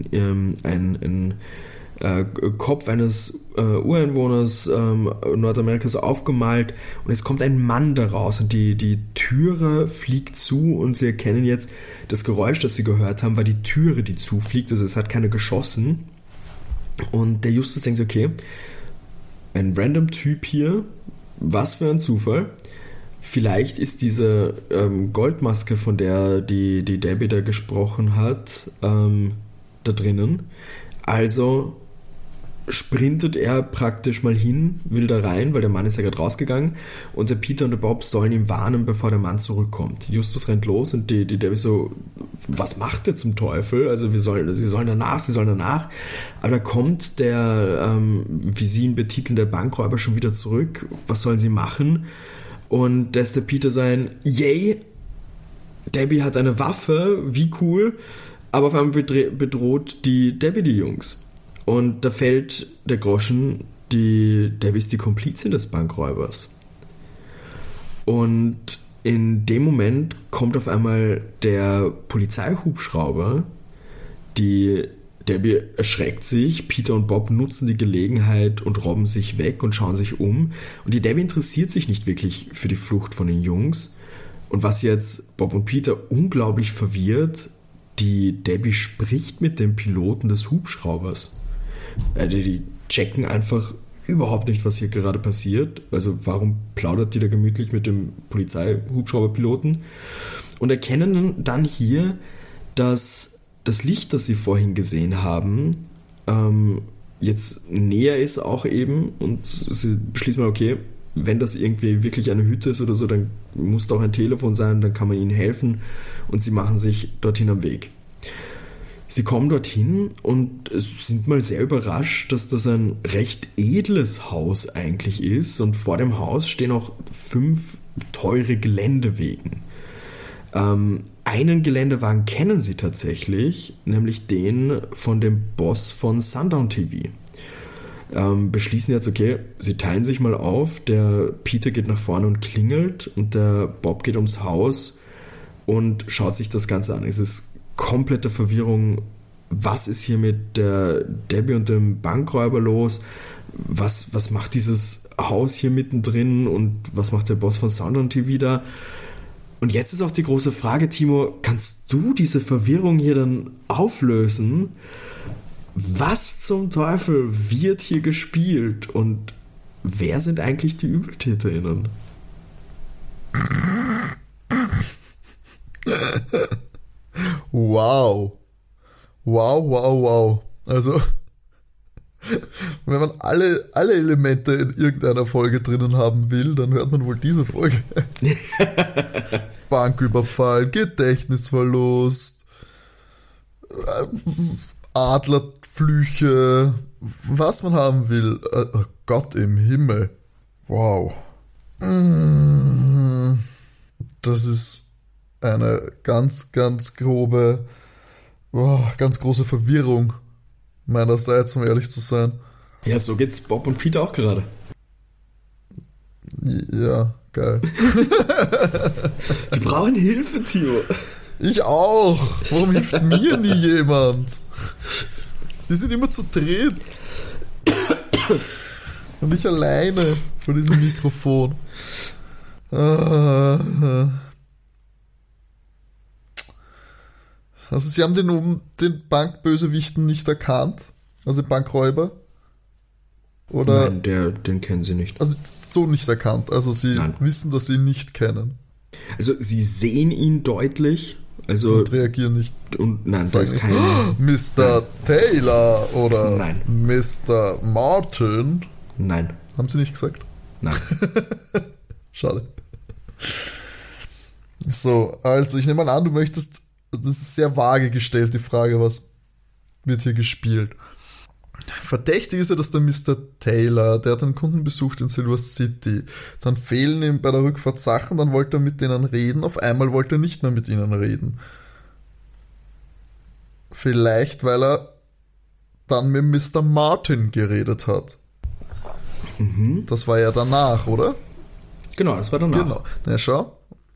ein Kopf eines Ureinwohners Nordamerikas aufgemalt und es kommt ein Mann daraus und die Türe fliegt zu und sie erkennen jetzt, das Geräusch, das sie gehört haben, war die Türe, die zufliegt, also es hat keiner geschossen. Und der Justus denkt, okay, ein random Typ hier, was für ein Zufall. Vielleicht ist diese Goldmaske, von der die Debbie da gesprochen hat, da drinnen. Also sprintet er praktisch mal hin, will da rein, weil der Mann ist ja gerade rausgegangen und der Peter und der Bob sollen ihn warnen, bevor der Mann zurückkommt. Justus rennt los und die Debbie so, was macht der zum Teufel? Also sie sollen danach. Aber da kommt der, wie sie ihn betiteln, der Bankräuber schon wieder zurück. Was sollen sie machen? Und da ist der Peter sein, yay, Debbie hat eine Waffe, wie cool, aber auf einmal bedroht die Debbie die Jungs. Und da fällt der Groschen, die Debbie ist die Komplizin des Bankräubers. Und in dem Moment kommt auf einmal der Polizeihubschrauber, die Debbie erschreckt sich, Peter und Bob nutzen die Gelegenheit und robben sich weg und schauen sich um. Und die Debbie interessiert sich nicht wirklich für die Flucht von den Jungs. Und was jetzt Bob und Peter unglaublich verwirrt, die Debbie spricht mit dem Piloten des Hubschraubers. Die checken einfach überhaupt nicht, was hier gerade passiert. Also warum plaudert die da gemütlich mit dem Polizeihubschrauberpiloten? Und erkennen dann hier, dass das Licht, das sie vorhin gesehen haben, jetzt näher ist auch eben. Und sie beschließen mal, okay, wenn das irgendwie wirklich eine Hütte ist oder so, dann muss da auch ein Telefon sein, dann kann man ihnen helfen. Und sie machen sich dorthin am Weg. Sie kommen dorthin und sind mal sehr überrascht, dass das ein recht edles Haus eigentlich ist und vor dem Haus stehen auch 5 teure Geländewegen. Einen Geländewagen kennen sie tatsächlich, nämlich den von dem Boss von Sundown TV. Beschließen jetzt, okay, sie teilen sich mal auf, der Peter geht nach vorne und klingelt und der Bob geht ums Haus und schaut sich das Ganze an. Es ist komplette Verwirrung. Was ist hier mit der Debbie und dem Bankräuber los? Was macht dieses Haus hier mittendrin und was macht der Boss von Sundown TV da? Und jetzt ist auch die große Frage, Timo, kannst du diese Verwirrung hier dann auflösen? Was zum Teufel wird hier gespielt und wer sind eigentlich die ÜbeltäterInnen? Wow. Also, wenn man alle Elemente in irgendeiner Folge drinnen haben will, dann hört man wohl diese Folge. Banküberfall, Gedächtnisverlust, Adlerflüche, was man haben will. Oh Gott im Himmel. Wow. Das ist eine ganz große Verwirrung meinerseits, um ehrlich zu sein. Ja, so geht's Bob und Peter auch gerade. Ja, geil. Die brauchen Hilfe, Timo. Ich auch. Warum hilft mir nie jemand? Die sind immer zu dritt. Und ich alleine vor diesem Mikrofon. Also sie haben den Bankbösewichten nicht erkannt? Also den Bankräuber? Oder? Nein, den kennen sie nicht. Also so nicht erkannt. Also sie wissen, dass sie ihn nicht kennen. Also sie sehen ihn deutlich. Also und reagieren nicht. Und nein, da ist kein... Mr. Taylor oder Nein. Mr. Martin. Nein. Haben sie nicht gesagt? Nein. Schade. So, also ich nehme mal an, du möchtest, das ist sehr vage gestellt, die Frage, was wird hier gespielt. Verdächtig ist ja, dass der Mr. Taylor, der hat einen Kunden besucht in Silver City, dann fehlen ihm bei der Rückfahrt Sachen, dann wollte er mit denen reden, auf einmal wollte er nicht mehr mit ihnen reden. Vielleicht, weil er dann mit Mr. Martin geredet hat. Das war ja danach, oder? Genau, das war danach. Genau. Na schau.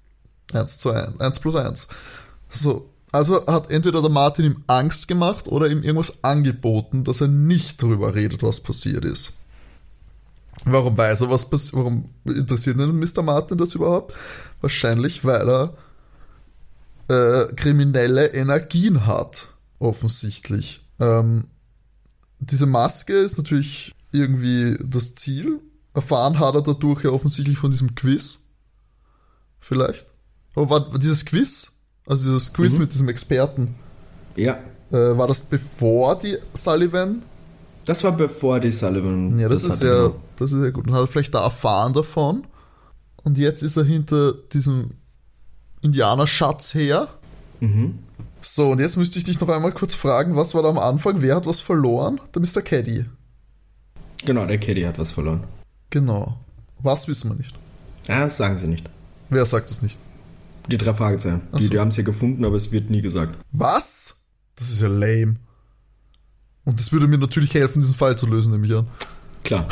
1+1. So, also hat entweder der Martin ihm Angst gemacht oder ihm irgendwas angeboten, dass er nicht drüber redet, was passiert ist. Warum weiß er, was passiert? Warum interessiert ihn Mr. Martin das überhaupt? Wahrscheinlich, weil er kriminelle Energien hat, offensichtlich. Diese Maske ist natürlich irgendwie das Ziel. Erfahren hat er dadurch ja offensichtlich von diesem Quiz. Vielleicht. Aber war dieses Quiz, also dieses Quiz mit diesem Experten, ja. War das bevor die Sullivan? Das war bevor die Sullivan. Ja, das ist ja gut. Und hat er vielleicht da erfahren davon. Und jetzt ist er hinter diesem Indianerschatz her. So, und jetzt müsste ich dich noch einmal kurz fragen, was war da am Anfang? Wer hat was verloren? Der Mr. Caddy. Genau, der Caddy hat was verloren. Genau. Was wissen wir nicht? Ja, das sagen sie nicht. Wer sagt es nicht? Die 3 Fragezeichen. Die haben es ja gefunden, aber es wird nie gesagt. Was? Das ist ja lame. Und das würde mir natürlich helfen, diesen Fall zu lösen, nehme ich an. Klar.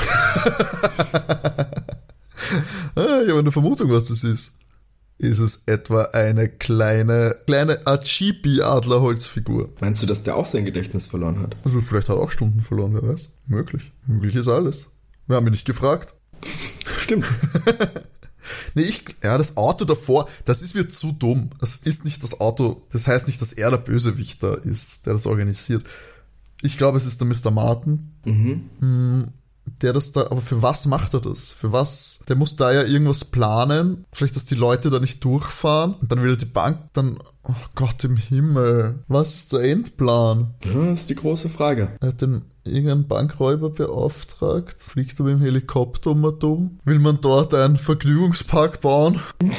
Ich habe eine Vermutung, was das ist. Ist es etwa eine kleine Achibi-Adlerholzfigur? Meinst du, dass der auch sein Gedächtnis verloren hat? Also vielleicht hat er auch Stunden verloren, wer weiß. Möglich. Möglich ist alles. Wir haben ihn nicht gefragt. Stimmt. Nee, das Auto davor, das ist mir zu dumm. Das ist nicht das Auto, das heißt nicht, dass er der Bösewicht da ist, der das organisiert. Ich glaube, es ist der Mr. Martin. Der das da, aber für was macht er das? Für was? Der muss da ja irgendwas planen. Vielleicht, dass die Leute da nicht durchfahren. Und dann will er die Bank dann, oh Gott im Himmel. Was ist der Endplan? Ja, das ist die große Frage. Er hat irgendeinen Bankräuber beauftragt. Fliegt er mit dem Helikopter um und um? Will man dort einen Vergnügungspark bauen?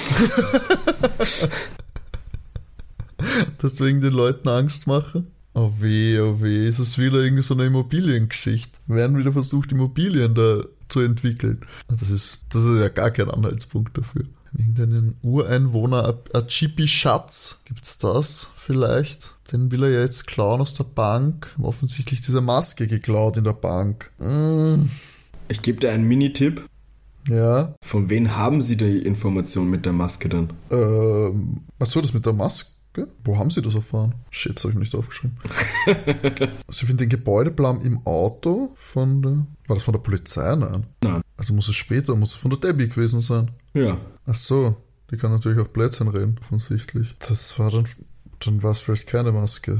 Deswegen den Leuten Angst machen? Oh weh, ist es wieder irgendwie so eine Immobiliengeschichte. Werden wieder versucht, Immobilien da zu entwickeln. Das ist ja gar kein Anhaltspunkt dafür. Irgendeinen Ureinwohner Achibi-Schatz, gibt's das vielleicht? Den will er ja jetzt klauen aus der Bank. Haben offensichtlich diese Maske geklaut in der Bank. Ich gebe dir einen Mini-Tipp. Ja. Von wem haben sie die Information mit der Maske dann? Achso, das mit der Maske? Wo haben sie das erfahren? Shit, das habe ich mir nicht aufgeschrieben. Sie finden den Gebäudeplan im Auto war das von der Polizei? Nein. Also muss es von der Debbie gewesen sein. Ja. Ach so, die kann natürlich auch Blödsinn reden, offensichtlich. Das war dann war es vielleicht keine Maske.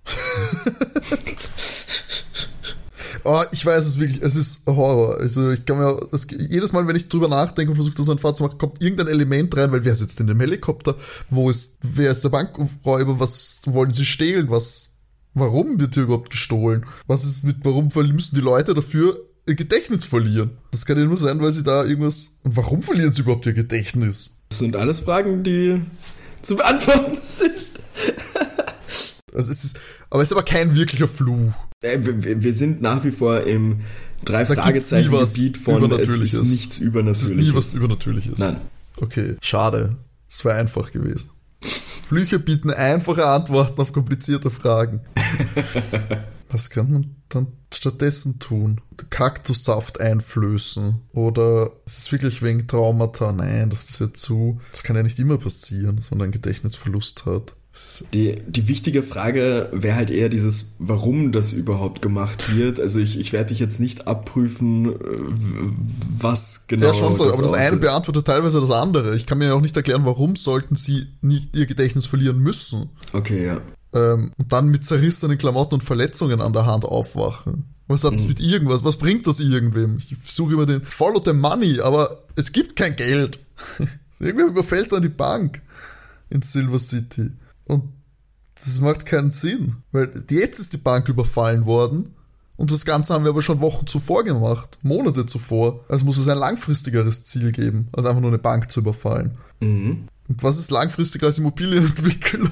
Oh, ich weiß es wirklich, es ist Horror. Also ich kann mir jedes Mal, wenn ich drüber nachdenke und versuche, da so ein Fahrt zu machen, kommt irgendein Element rein, weil wer sitzt in dem Helikopter? Wer ist der Bankräuber? Was wollen sie stehlen? Warum wird hier überhaupt gestohlen? Warum müssen die Leute dafür ihr Gedächtnis verlieren? Das kann ja nur sein, weil sie da irgendwas, und warum verlieren sie überhaupt ihr Gedächtnis? Das sind alles Fragen, die zu beantworten sind. Also aber es ist aber kein wirklicher Fluch. Wir sind nach wie vor im 3-Fragezeichen-Gebiet von es ist nichts Übernatürliches. Es ist nie was Übernatürliches. Nein. Okay, schade. Es wäre einfach gewesen. Flüche bieten einfache Antworten auf komplizierte Fragen. Was kann man dann stattdessen tun? Kaktussaft einflößen? Oder ist es wirklich wegen Traumata? Nein, das ist ja das kann ja nicht immer passieren, dass man einen Gedächtnisverlust hat. Die wichtige Frage wäre halt eher dieses, warum das überhaupt gemacht wird. Also ich werde dich jetzt nicht abprüfen, was genau. Ja, schon so, aber das eine beantwortet teilweise das andere. Ich kann mir ja auch nicht erklären, warum sollten sie nicht ihr Gedächtnis verlieren müssen. Okay, ja. Und dann mit zerrissenen Klamotten und Verletzungen an der Hand aufwachen. Was hat es mit irgendwas? Was bringt das irgendwem? Ich suche immer den Follow the Money, aber es gibt kein Geld. Irgendwer überfällt dann die Bank in Silver City. Und das macht keinen Sinn, weil jetzt ist die Bank überfallen worden und das Ganze haben wir aber schon Wochen zuvor gemacht, Monate zuvor. Also muss es ein langfristigeres Ziel geben, als einfach nur eine Bank zu überfallen. Mhm. Und was ist langfristiger als Immobilienentwicklung?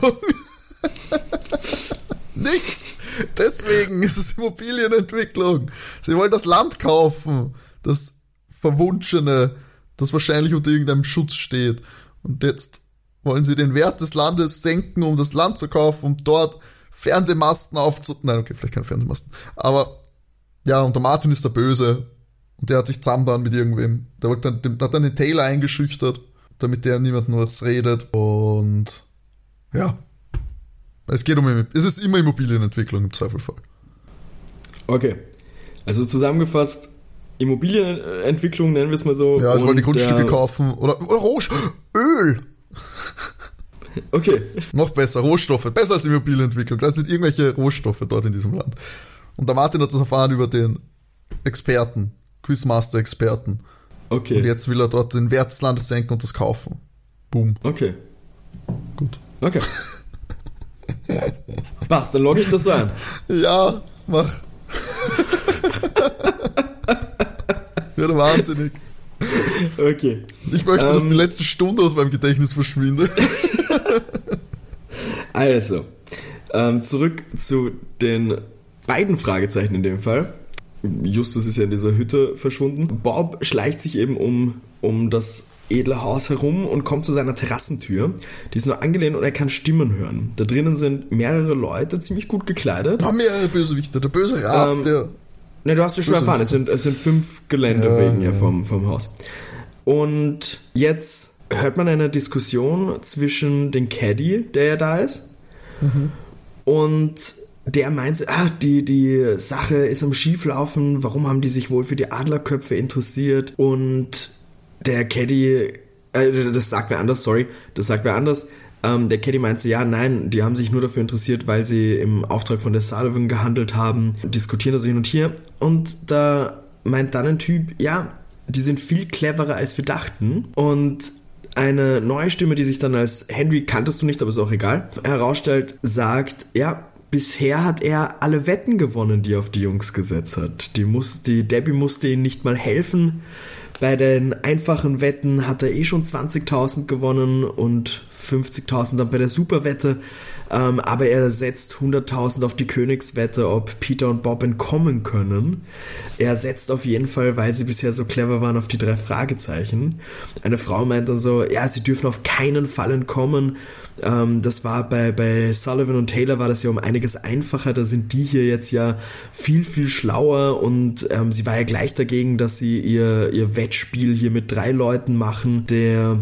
Nichts! Deswegen ist es Immobilienentwicklung. Sie wollen das Land kaufen, das Verwunschene, das wahrscheinlich unter irgendeinem Schutz steht. Und jetzt wollen sie den Wert des Landes senken, um das Land zu kaufen, um dort Fernsehmasten Nein, okay, vielleicht keine Fernsehmasten. Aber ja, und der Martin ist der Böse. Und der hat sich zusammen mit irgendwem. Der hat dann den Taylor eingeschüchtert, damit der niemandem was redet. Und ja, es ist immer Immobilienentwicklung im Zweifelfall. Okay, also zusammengefasst, Immobilienentwicklung nennen wir es mal so. Ja, also wollen die Grundstücke kaufen. Oder Öl! Okay. Noch besser, Rohstoffe. Besser als Immobilienentwicklung. Da sind irgendwelche Rohstoffe dort in diesem Land. Und der Martin hat das erfahren über den Experten, Quizmaster-Experten. Okay. Und jetzt will er dort den Wert des Landes senken und das kaufen. Boom. Okay. Gut. Okay. Passt, dann logge ich das ein. Ja, mach. Ich werde wahnsinnig. Okay. Ich möchte, dass die letzte Stunde aus meinem Gedächtnis verschwindet. Also, zurück zu den beiden Fragezeichen in dem Fall. Justus ist ja in dieser Hütte verschwunden. Bob schleicht sich eben um das edle Haus herum und kommt zu seiner Terrassentür. Die ist nur angelehnt und er kann Stimmen hören. Da drinnen sind mehrere Leute, ziemlich gut gekleidet. Mehrere Bösewichte. Der böse Rat, Ne, du hast es schon erfahren, es sind 5 Geländewegen hier vom Haus. Und jetzt hört man eine Diskussion zwischen dem Caddy, der ja da ist, und der meint, die Sache ist am Schieflaufen, warum haben die sich wohl für die Adlerköpfe interessiert? Und der Caddy, das sagt wer anders. Der Caddy meint so, ja, nein, die haben sich nur dafür interessiert, weil sie im Auftrag von der Sullivan gehandelt haben, diskutieren das hin und hier. Und da meint dann ein Typ, ja, die sind viel cleverer, als wir dachten. Und eine neue Stimme, die sich dann als Henry, kanntest du nicht, aber ist auch egal, herausstellt, sagt, ja, bisher hat er alle Wetten gewonnen, die er auf die Jungs gesetzt hat. Die Debbie musste ihnen nicht mal helfen. Bei den einfachen Wetten hat er schon 20.000 gewonnen und 50.000 dann bei der Superwette. Aber er setzt 100.000 auf die Königswette, ob Peter und Bob entkommen können. Er setzt auf jeden Fall, weil sie bisher so clever waren, auf die 3 Fragezeichen. Eine Frau meint dann so, ja, sie dürfen auf keinen Fall entkommen. Das war bei Sullivan und Taylor war das ja um einiges einfacher, da sind die hier jetzt ja viel, viel schlauer und sie war ja gleich dagegen, dass sie ihr Wettspiel hier mit 3 Leuten machen. Der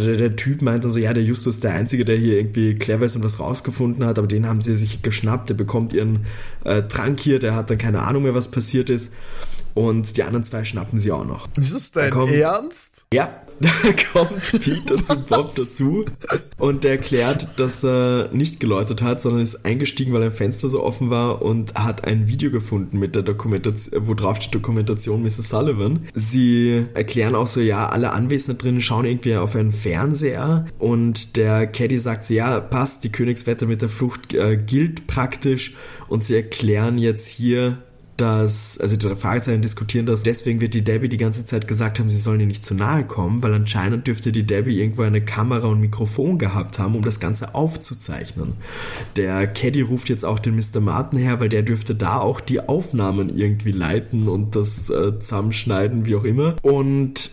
Typ meint dann so, ja, der Justus ist der Einzige, der hier irgendwie clever ist und was rausgefunden hat, aber den haben sie sich geschnappt, der bekommt ihren Trank hier, der hat dann keine Ahnung mehr, was passiert ist und die anderen 2 schnappen sie auch noch. Ist es dein Ernst? Ja. Da kommt Peter zu Bob dazu und der erklärt, dass er nicht geläutet hat, sondern ist eingestiegen, weil ein Fenster so offen war und hat ein Video gefunden mit der Dokumentation, wo drauf steht Dokumentation Mrs. Sullivan. Sie erklären auch so, ja, alle Anwesenden drinnen schauen irgendwie auf einen Fernseher und der Caddy sagt so, ja, passt, die Königswette mit der Flucht gilt praktisch und sie erklären jetzt hier, also die 3 Fragezeichen diskutieren das, deswegen wird die Debbie die ganze Zeit gesagt haben, sie sollen ihr nicht zu nahe kommen, weil anscheinend dürfte die Debbie irgendwo eine Kamera und Mikrofon gehabt haben, um das Ganze aufzuzeichnen. Der Caddy ruft jetzt auch den Mr. Martin her, weil der dürfte da auch die Aufnahmen irgendwie leiten und das zusammenschneiden, wie auch immer. Und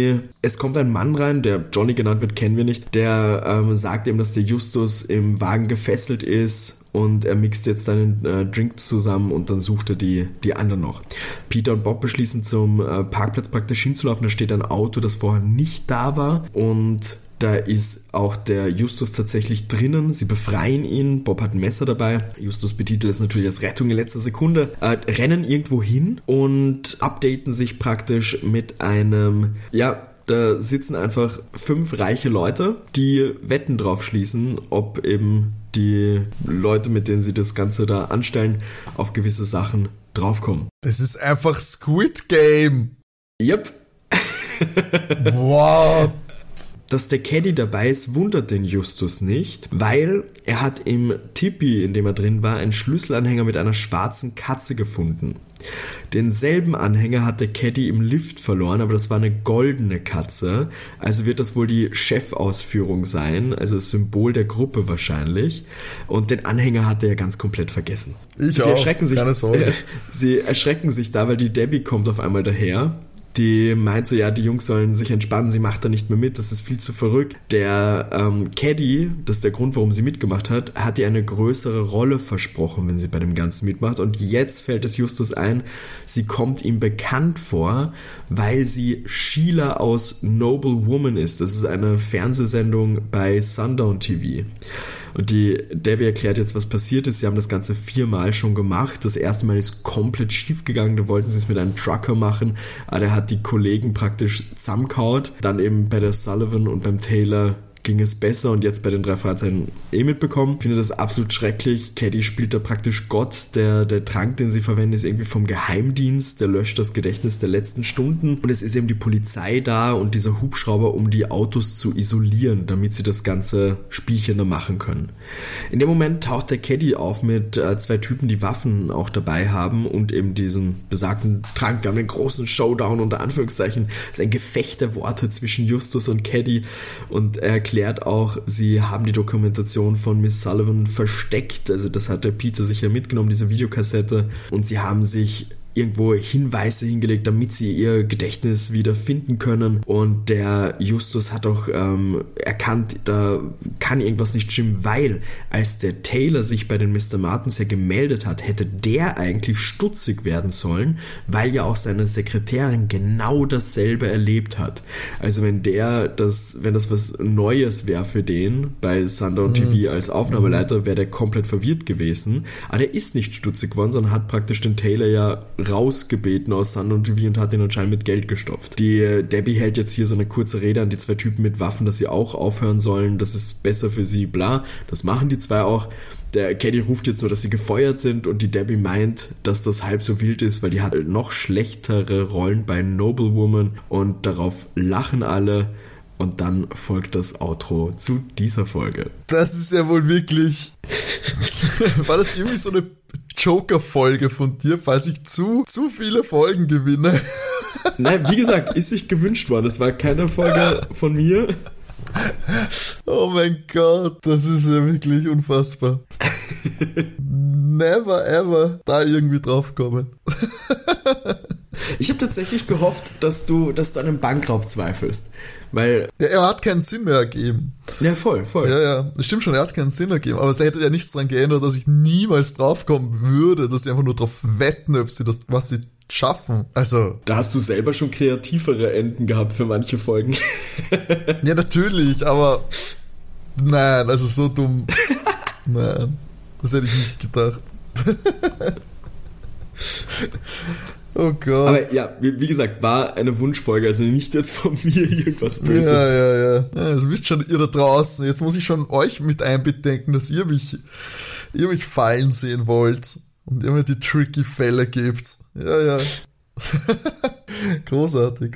es kommt ein Mann rein, der Johnny genannt wird, kennen wir nicht, der sagt eben, dass der Justus im Wagen gefesselt ist und er mixt jetzt einen Drink zusammen und dann sucht er die anderen noch. Peter und Bob beschließen, zum Parkplatz praktisch hinzulaufen. Da steht ein Auto, das vorher nicht da war, und da ist auch der Justus tatsächlich drinnen. Sie befreien ihn. Bob hat ein Messer dabei. Justus betitelt es natürlich als Rettung in letzter Sekunde. Rennen irgendwo hin und updaten sich praktisch mit einem, da sitzen einfach 5 reiche Leute, die Wetten drauf schließen, ob eben die Leute, mit denen sie das Ganze da anstellen, auf gewisse Sachen draufkommen. Das ist einfach Squid Game. Yep. Wow. Dass der Caddy dabei ist, wundert den Justus nicht, weil er hat im Tipi, in dem er drin war, einen Schlüsselanhänger mit einer schwarzen Katze gefunden. Denselben Anhänger hat der Caddy im Lift verloren, aber das war eine goldene Katze, also wird das wohl die Chefausführung sein, also das Symbol der Gruppe wahrscheinlich, und den Anhänger hat er ganz komplett vergessen. Sie erschrecken sich da, weil die Debbie kommt auf einmal daher. Die meint so, die Jungs sollen sich entspannen, sie macht da nicht mehr mit, das ist viel zu verrückt. Der Caddy, das ist der Grund, warum sie mitgemacht hat, hat ihr eine größere Rolle versprochen, wenn sie bei dem Ganzen mitmacht. Und jetzt fällt es Justus ein, sie kommt ihm bekannt vor, weil sie Sheila aus Noble Woman ist. Das ist eine Fernsehsendung bei Sundown TV. Und die Debbie erklärt jetzt, was passiert ist. Sie haben das Ganze 4-mal schon gemacht. Das erste Mal ist komplett schief gegangen. Da wollten sie es mit einem Trucker machen. Aber der hat die Kollegen praktisch zusammengehauen. Dann eben bei der Sullivan und beim Taylor ging es besser, und jetzt bei den 3 Fragezeichen mitbekommen. Ich finde das absolut schrecklich. Caddy spielt da praktisch Gott. Der Trank, den sie verwenden, ist irgendwie vom Geheimdienst. Der löscht das Gedächtnis der letzten Stunden. Und es ist eben die Polizei da und dieser Hubschrauber, um die Autos zu isolieren, damit sie das ganze Spielchen da machen können. In dem Moment taucht der Caddy auf mit 2 Typen, die Waffen auch dabei haben und eben diesen besagten Trank. Wir haben den großen Showdown, unter Anführungszeichen. Es ist ein Gefecht der Worte zwischen Justus und Caddy, und er erklärt auch, sie haben die Dokumentation von Miss Sullivan versteckt, also das hat der Peter sicher mitgenommen, diese Videokassette, und sie haben sich irgendwo Hinweise hingelegt, damit sie ihr Gedächtnis wieder finden können, und der Justus hat auch erkannt, da kann irgendwas nicht stimmen, weil als der Taylor sich bei den Mr. Martins ja gemeldet hat, hätte der eigentlich stutzig werden sollen, weil ja auch seine Sekretärin genau dasselbe erlebt hat. Also wenn das was Neues wäre für den bei Sundown TV als Aufnahmeleiter, wäre der komplett verwirrt gewesen, aber der ist nicht stutzig geworden, sondern hat praktisch den Taylor ja rausgebeten aus Sundown TV und hat ihn anscheinend mit Geld gestopft. Die Debbie hält jetzt hier so eine kurze Rede an die 2 Typen mit Waffen, dass sie auch aufhören sollen, das ist besser für sie, bla. Das machen die 2 auch. Der Caddy ruft jetzt nur, dass sie gefeuert sind, und die Debbie meint, dass das halb so wild ist, weil die hat noch schlechtere Rollen bei Noble Woman, und darauf lachen alle. Und dann folgt das Outro zu dieser Folge. Das ist ja wohl wirklich... War das irgendwie so eine Joker-Folge von dir, falls ich zu viele Folgen gewinne? Nein, wie gesagt, ist sich gewünscht worden. Das war keine Folge von mir. Oh mein Gott, das ist ja wirklich unfassbar. Never ever da irgendwie drauf kommen. Ich habe tatsächlich gehofft, dass du an einem Bankraub zweifelst. Weil er hat keinen Sinn mehr ergeben. Ja, voll. Ja, das stimmt schon, er hat keinen Sinn ergeben. Aber es hätte ja nichts daran geändert, dass ich niemals draufkommen würde, dass sie einfach nur drauf wetten, ob sie das, was sie schaffen. Also. Da hast du selber schon kreativere Enden gehabt für manche Folgen. Ja, natürlich, aber nein, also so dumm. Nein, das hätte ich nicht gedacht. Oh Gott. Aber ja, wie gesagt, war eine Wunschfolge, also nicht jetzt von mir irgendwas Böses. Ja. Also wisst schon, ihr da draußen, jetzt muss ich schon euch mit einbedenken, dass ihr mich fallen sehen wollt und ihr mir die tricky Fälle gebt. Ja. Großartig.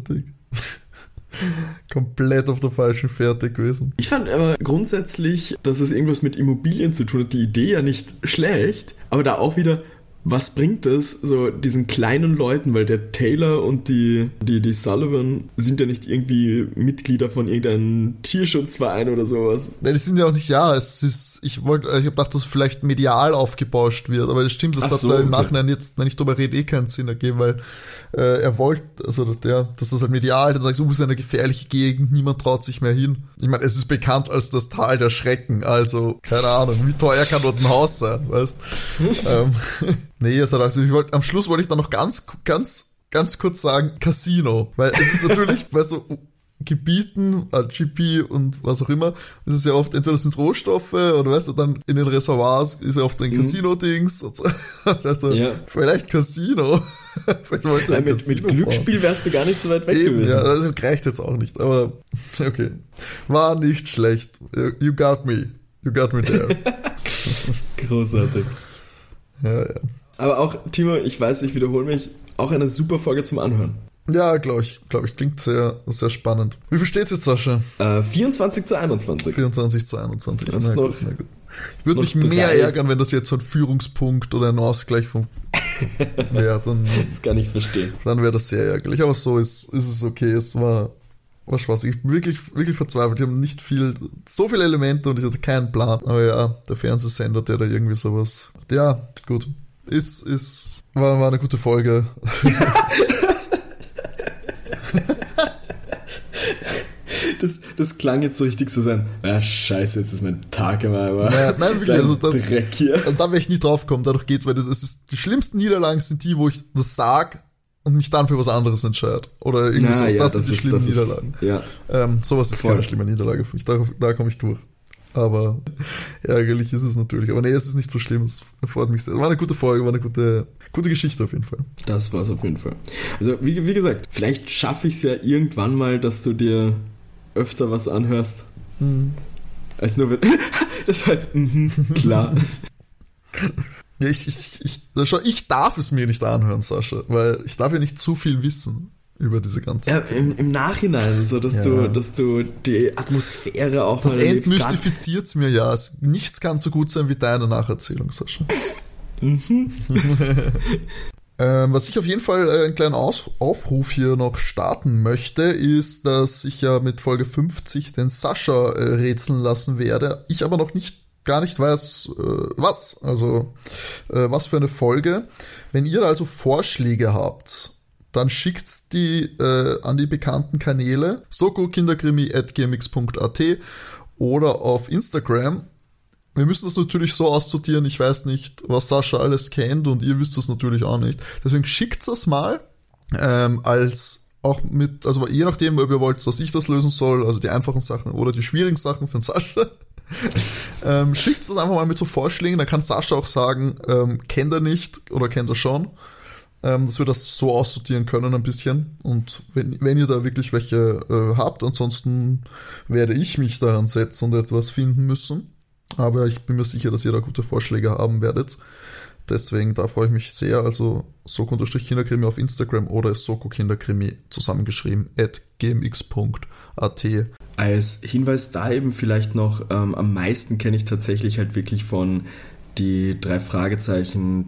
Komplett auf der falschen Fährte gewesen. Ich fand aber grundsätzlich, dass es irgendwas mit Immobilien zu tun hat, die Idee ja nicht schlecht, aber da auch wieder, was bringt es so diesen kleinen Leuten, weil der Taylor und die Sullivan sind ja nicht irgendwie Mitglieder von irgendeinem Tierschutzverein oder sowas. Ja, die sind ja auch nicht, ich habe gedacht, dass vielleicht medial aufgebauscht wird, aber das stimmt, das hat da im Nachhinein jetzt, wenn ich drüber rede, keinen Sinn ergeben, weil er wollte, also dass das halt medial, dann sagst du, es ist eine gefährliche Gegend, niemand traut sich mehr hin. Ich meine, es ist bekannt als das Tal der Schrecken, also keine Ahnung, wie teuer kann dort ein Haus sein, weißt? Nee, am Schluss wollte ich dann noch ganz kurz sagen, Casino, weil es ist natürlich bei so Gebieten, GP und was auch immer, ist es ja oft, entweder sind es Rohstoffe oder weißt du, dann in den Reservoirs ist ja oft ein Casino-Dings, also vielleicht Casino. Vielleicht mit Glücksspiel wärst du gar nicht so weit weg gewesen. Ja, das reicht jetzt auch nicht, aber okay. War nicht schlecht. You got me there. Großartig. Ja. Aber auch, Timo, ich weiß, ich wiederhole mich, auch eine super Folge zum Anhören. Ja, glaube ich. Klingt sehr, sehr spannend. Wie viel steht's jetzt, Sascha? 24:21. 24:21. Das ist noch, ich würde mich mehr ärgern, wenn das jetzt so ein Führungspunkt oder ein Ausgleich wäre. Das kann ich verstehen. Dann wäre das sehr ärgerlich. Aber so ist es okay. Es war spaßig. Ich bin wirklich verzweifelt. Ich habe nicht so viele Elemente und ich hatte keinen Plan. Aber ja, der Fernsehsender, der da irgendwie sowas. Ja, gut. War eine gute Folge. Das klang jetzt so richtig zu sein. Scheiße, jetzt ist mein Tag immer. Nein, wirklich. Also Dreck hier. Da wäre ich nicht drauf gekommen. Dadurch geht's, weil die schlimmsten Niederlagen sind die, wo ich das sag und mich dann für was anderes entscheide. Oder irgendwie sowas. Das sind die schlimmen Niederlagen. Sowas ist keine schlimme Niederlage für mich. Da komme ich durch. Aber ärgerlich ist es natürlich. Aber nee, es ist nicht so schlimm. Es freut mich sehr. War eine gute Folge, war eine gute Geschichte auf jeden Fall. Das war es auf jeden Fall. Also wie gesagt, vielleicht schaffe ich es ja irgendwann mal, dass du dir öfter was anhörst. Als nur wenn... Das war klar. Ja, ich darf es mir nicht anhören, Sascha, weil ich darf ja nicht zu viel wissen über diese ganze... Ja, im Nachhinein, so dass du die Atmosphäre auch das mal erlebst. Das entmystifiziert es mir ja. Nichts kann so gut sein wie deine Nacherzählung, Sascha. Was ich auf jeden Fall einen kleinen Aufruf hier noch starten möchte, ist, dass ich ja mit Folge 50 den Sascha rätseln lassen werde. Ich aber noch gar nicht weiß, was. Also, was für eine Folge. Wenn ihr also Vorschläge habt, dann schickt die an die bekannten Kanäle sokokinderkrimi@gmx.at oder auf Instagram. Wir müssen das natürlich so aussortieren, ich weiß nicht, was Sascha alles kennt und ihr wisst das natürlich auch nicht. Deswegen schickt das mal, also je nachdem, ob ihr wollt, dass ich das lösen soll, also die einfachen Sachen oder die schwierigen Sachen für den Sascha. Schickt das einfach mal mit so Vorschlägen, dann kann Sascha auch sagen, kennt er nicht oder kennt er schon, dass wir das so aussortieren können ein bisschen. Und wenn ihr da wirklich welche habt, ansonsten werde ich mich daran setzen und etwas finden müssen. Aber ich bin mir sicher, dass ihr da gute Vorschläge haben werdet. Deswegen, da freue ich mich sehr. Also Soko-Kinderkrimi auf Instagram oder Soko-Kinderkrimi zusammengeschrieben @gmx.at. Als Hinweis da eben vielleicht noch, am meisten kenne ich tatsächlich halt wirklich von die 3 Fragezeichen,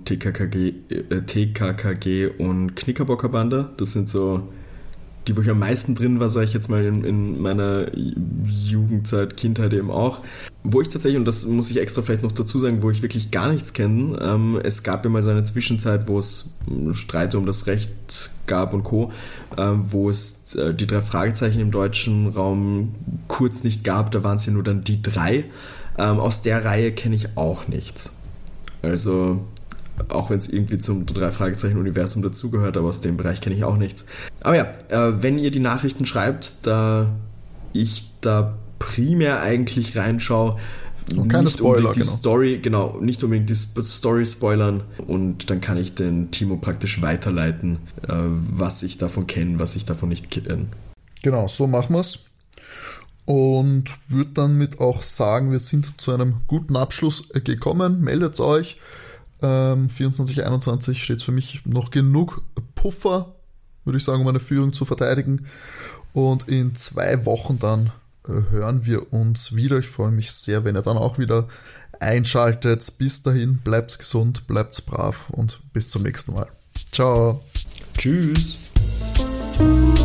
TKKG und Knickerbockerbande. Das sind so die, wo ich am meisten drin war, sage ich jetzt mal, in meiner Jugendzeit, Kindheit eben auch. Wo ich tatsächlich, und das muss ich extra vielleicht noch dazu sagen, wo ich wirklich gar nichts kenne, es gab ja mal so eine Zwischenzeit, wo es Streit um das Recht gab und Co., wo es die 3 Fragezeichen im deutschen Raum kurz nicht gab, da waren es ja nur dann die 3. Aus der Reihe kenne ich auch nichts. Also... auch wenn es irgendwie zum 3-Fragezeichen-Universum dazugehört, aber aus dem Bereich kenne ich auch nichts. Aber ja, wenn ihr die Nachrichten schreibt, da ich da primär eigentlich reinschaue, und keine Spoiler, nicht unbedingt die Story spoilern, und dann kann ich den Timo praktisch weiterleiten, was ich davon kenne, was ich davon nicht kenne. Genau, so machen wir es. Und würde damit auch sagen, wir sind zu einem guten Abschluss gekommen. Meldet euch. 24/21 steht für mich noch genug Puffer, würde ich sagen, um eine Führung zu verteidigen. Und in 2 Wochen dann hören wir uns wieder. Ich freue mich sehr, wenn ihr dann auch wieder einschaltet. Bis dahin, bleibt gesund, bleibt brav und bis zum nächsten Mal. Ciao. Tschüss.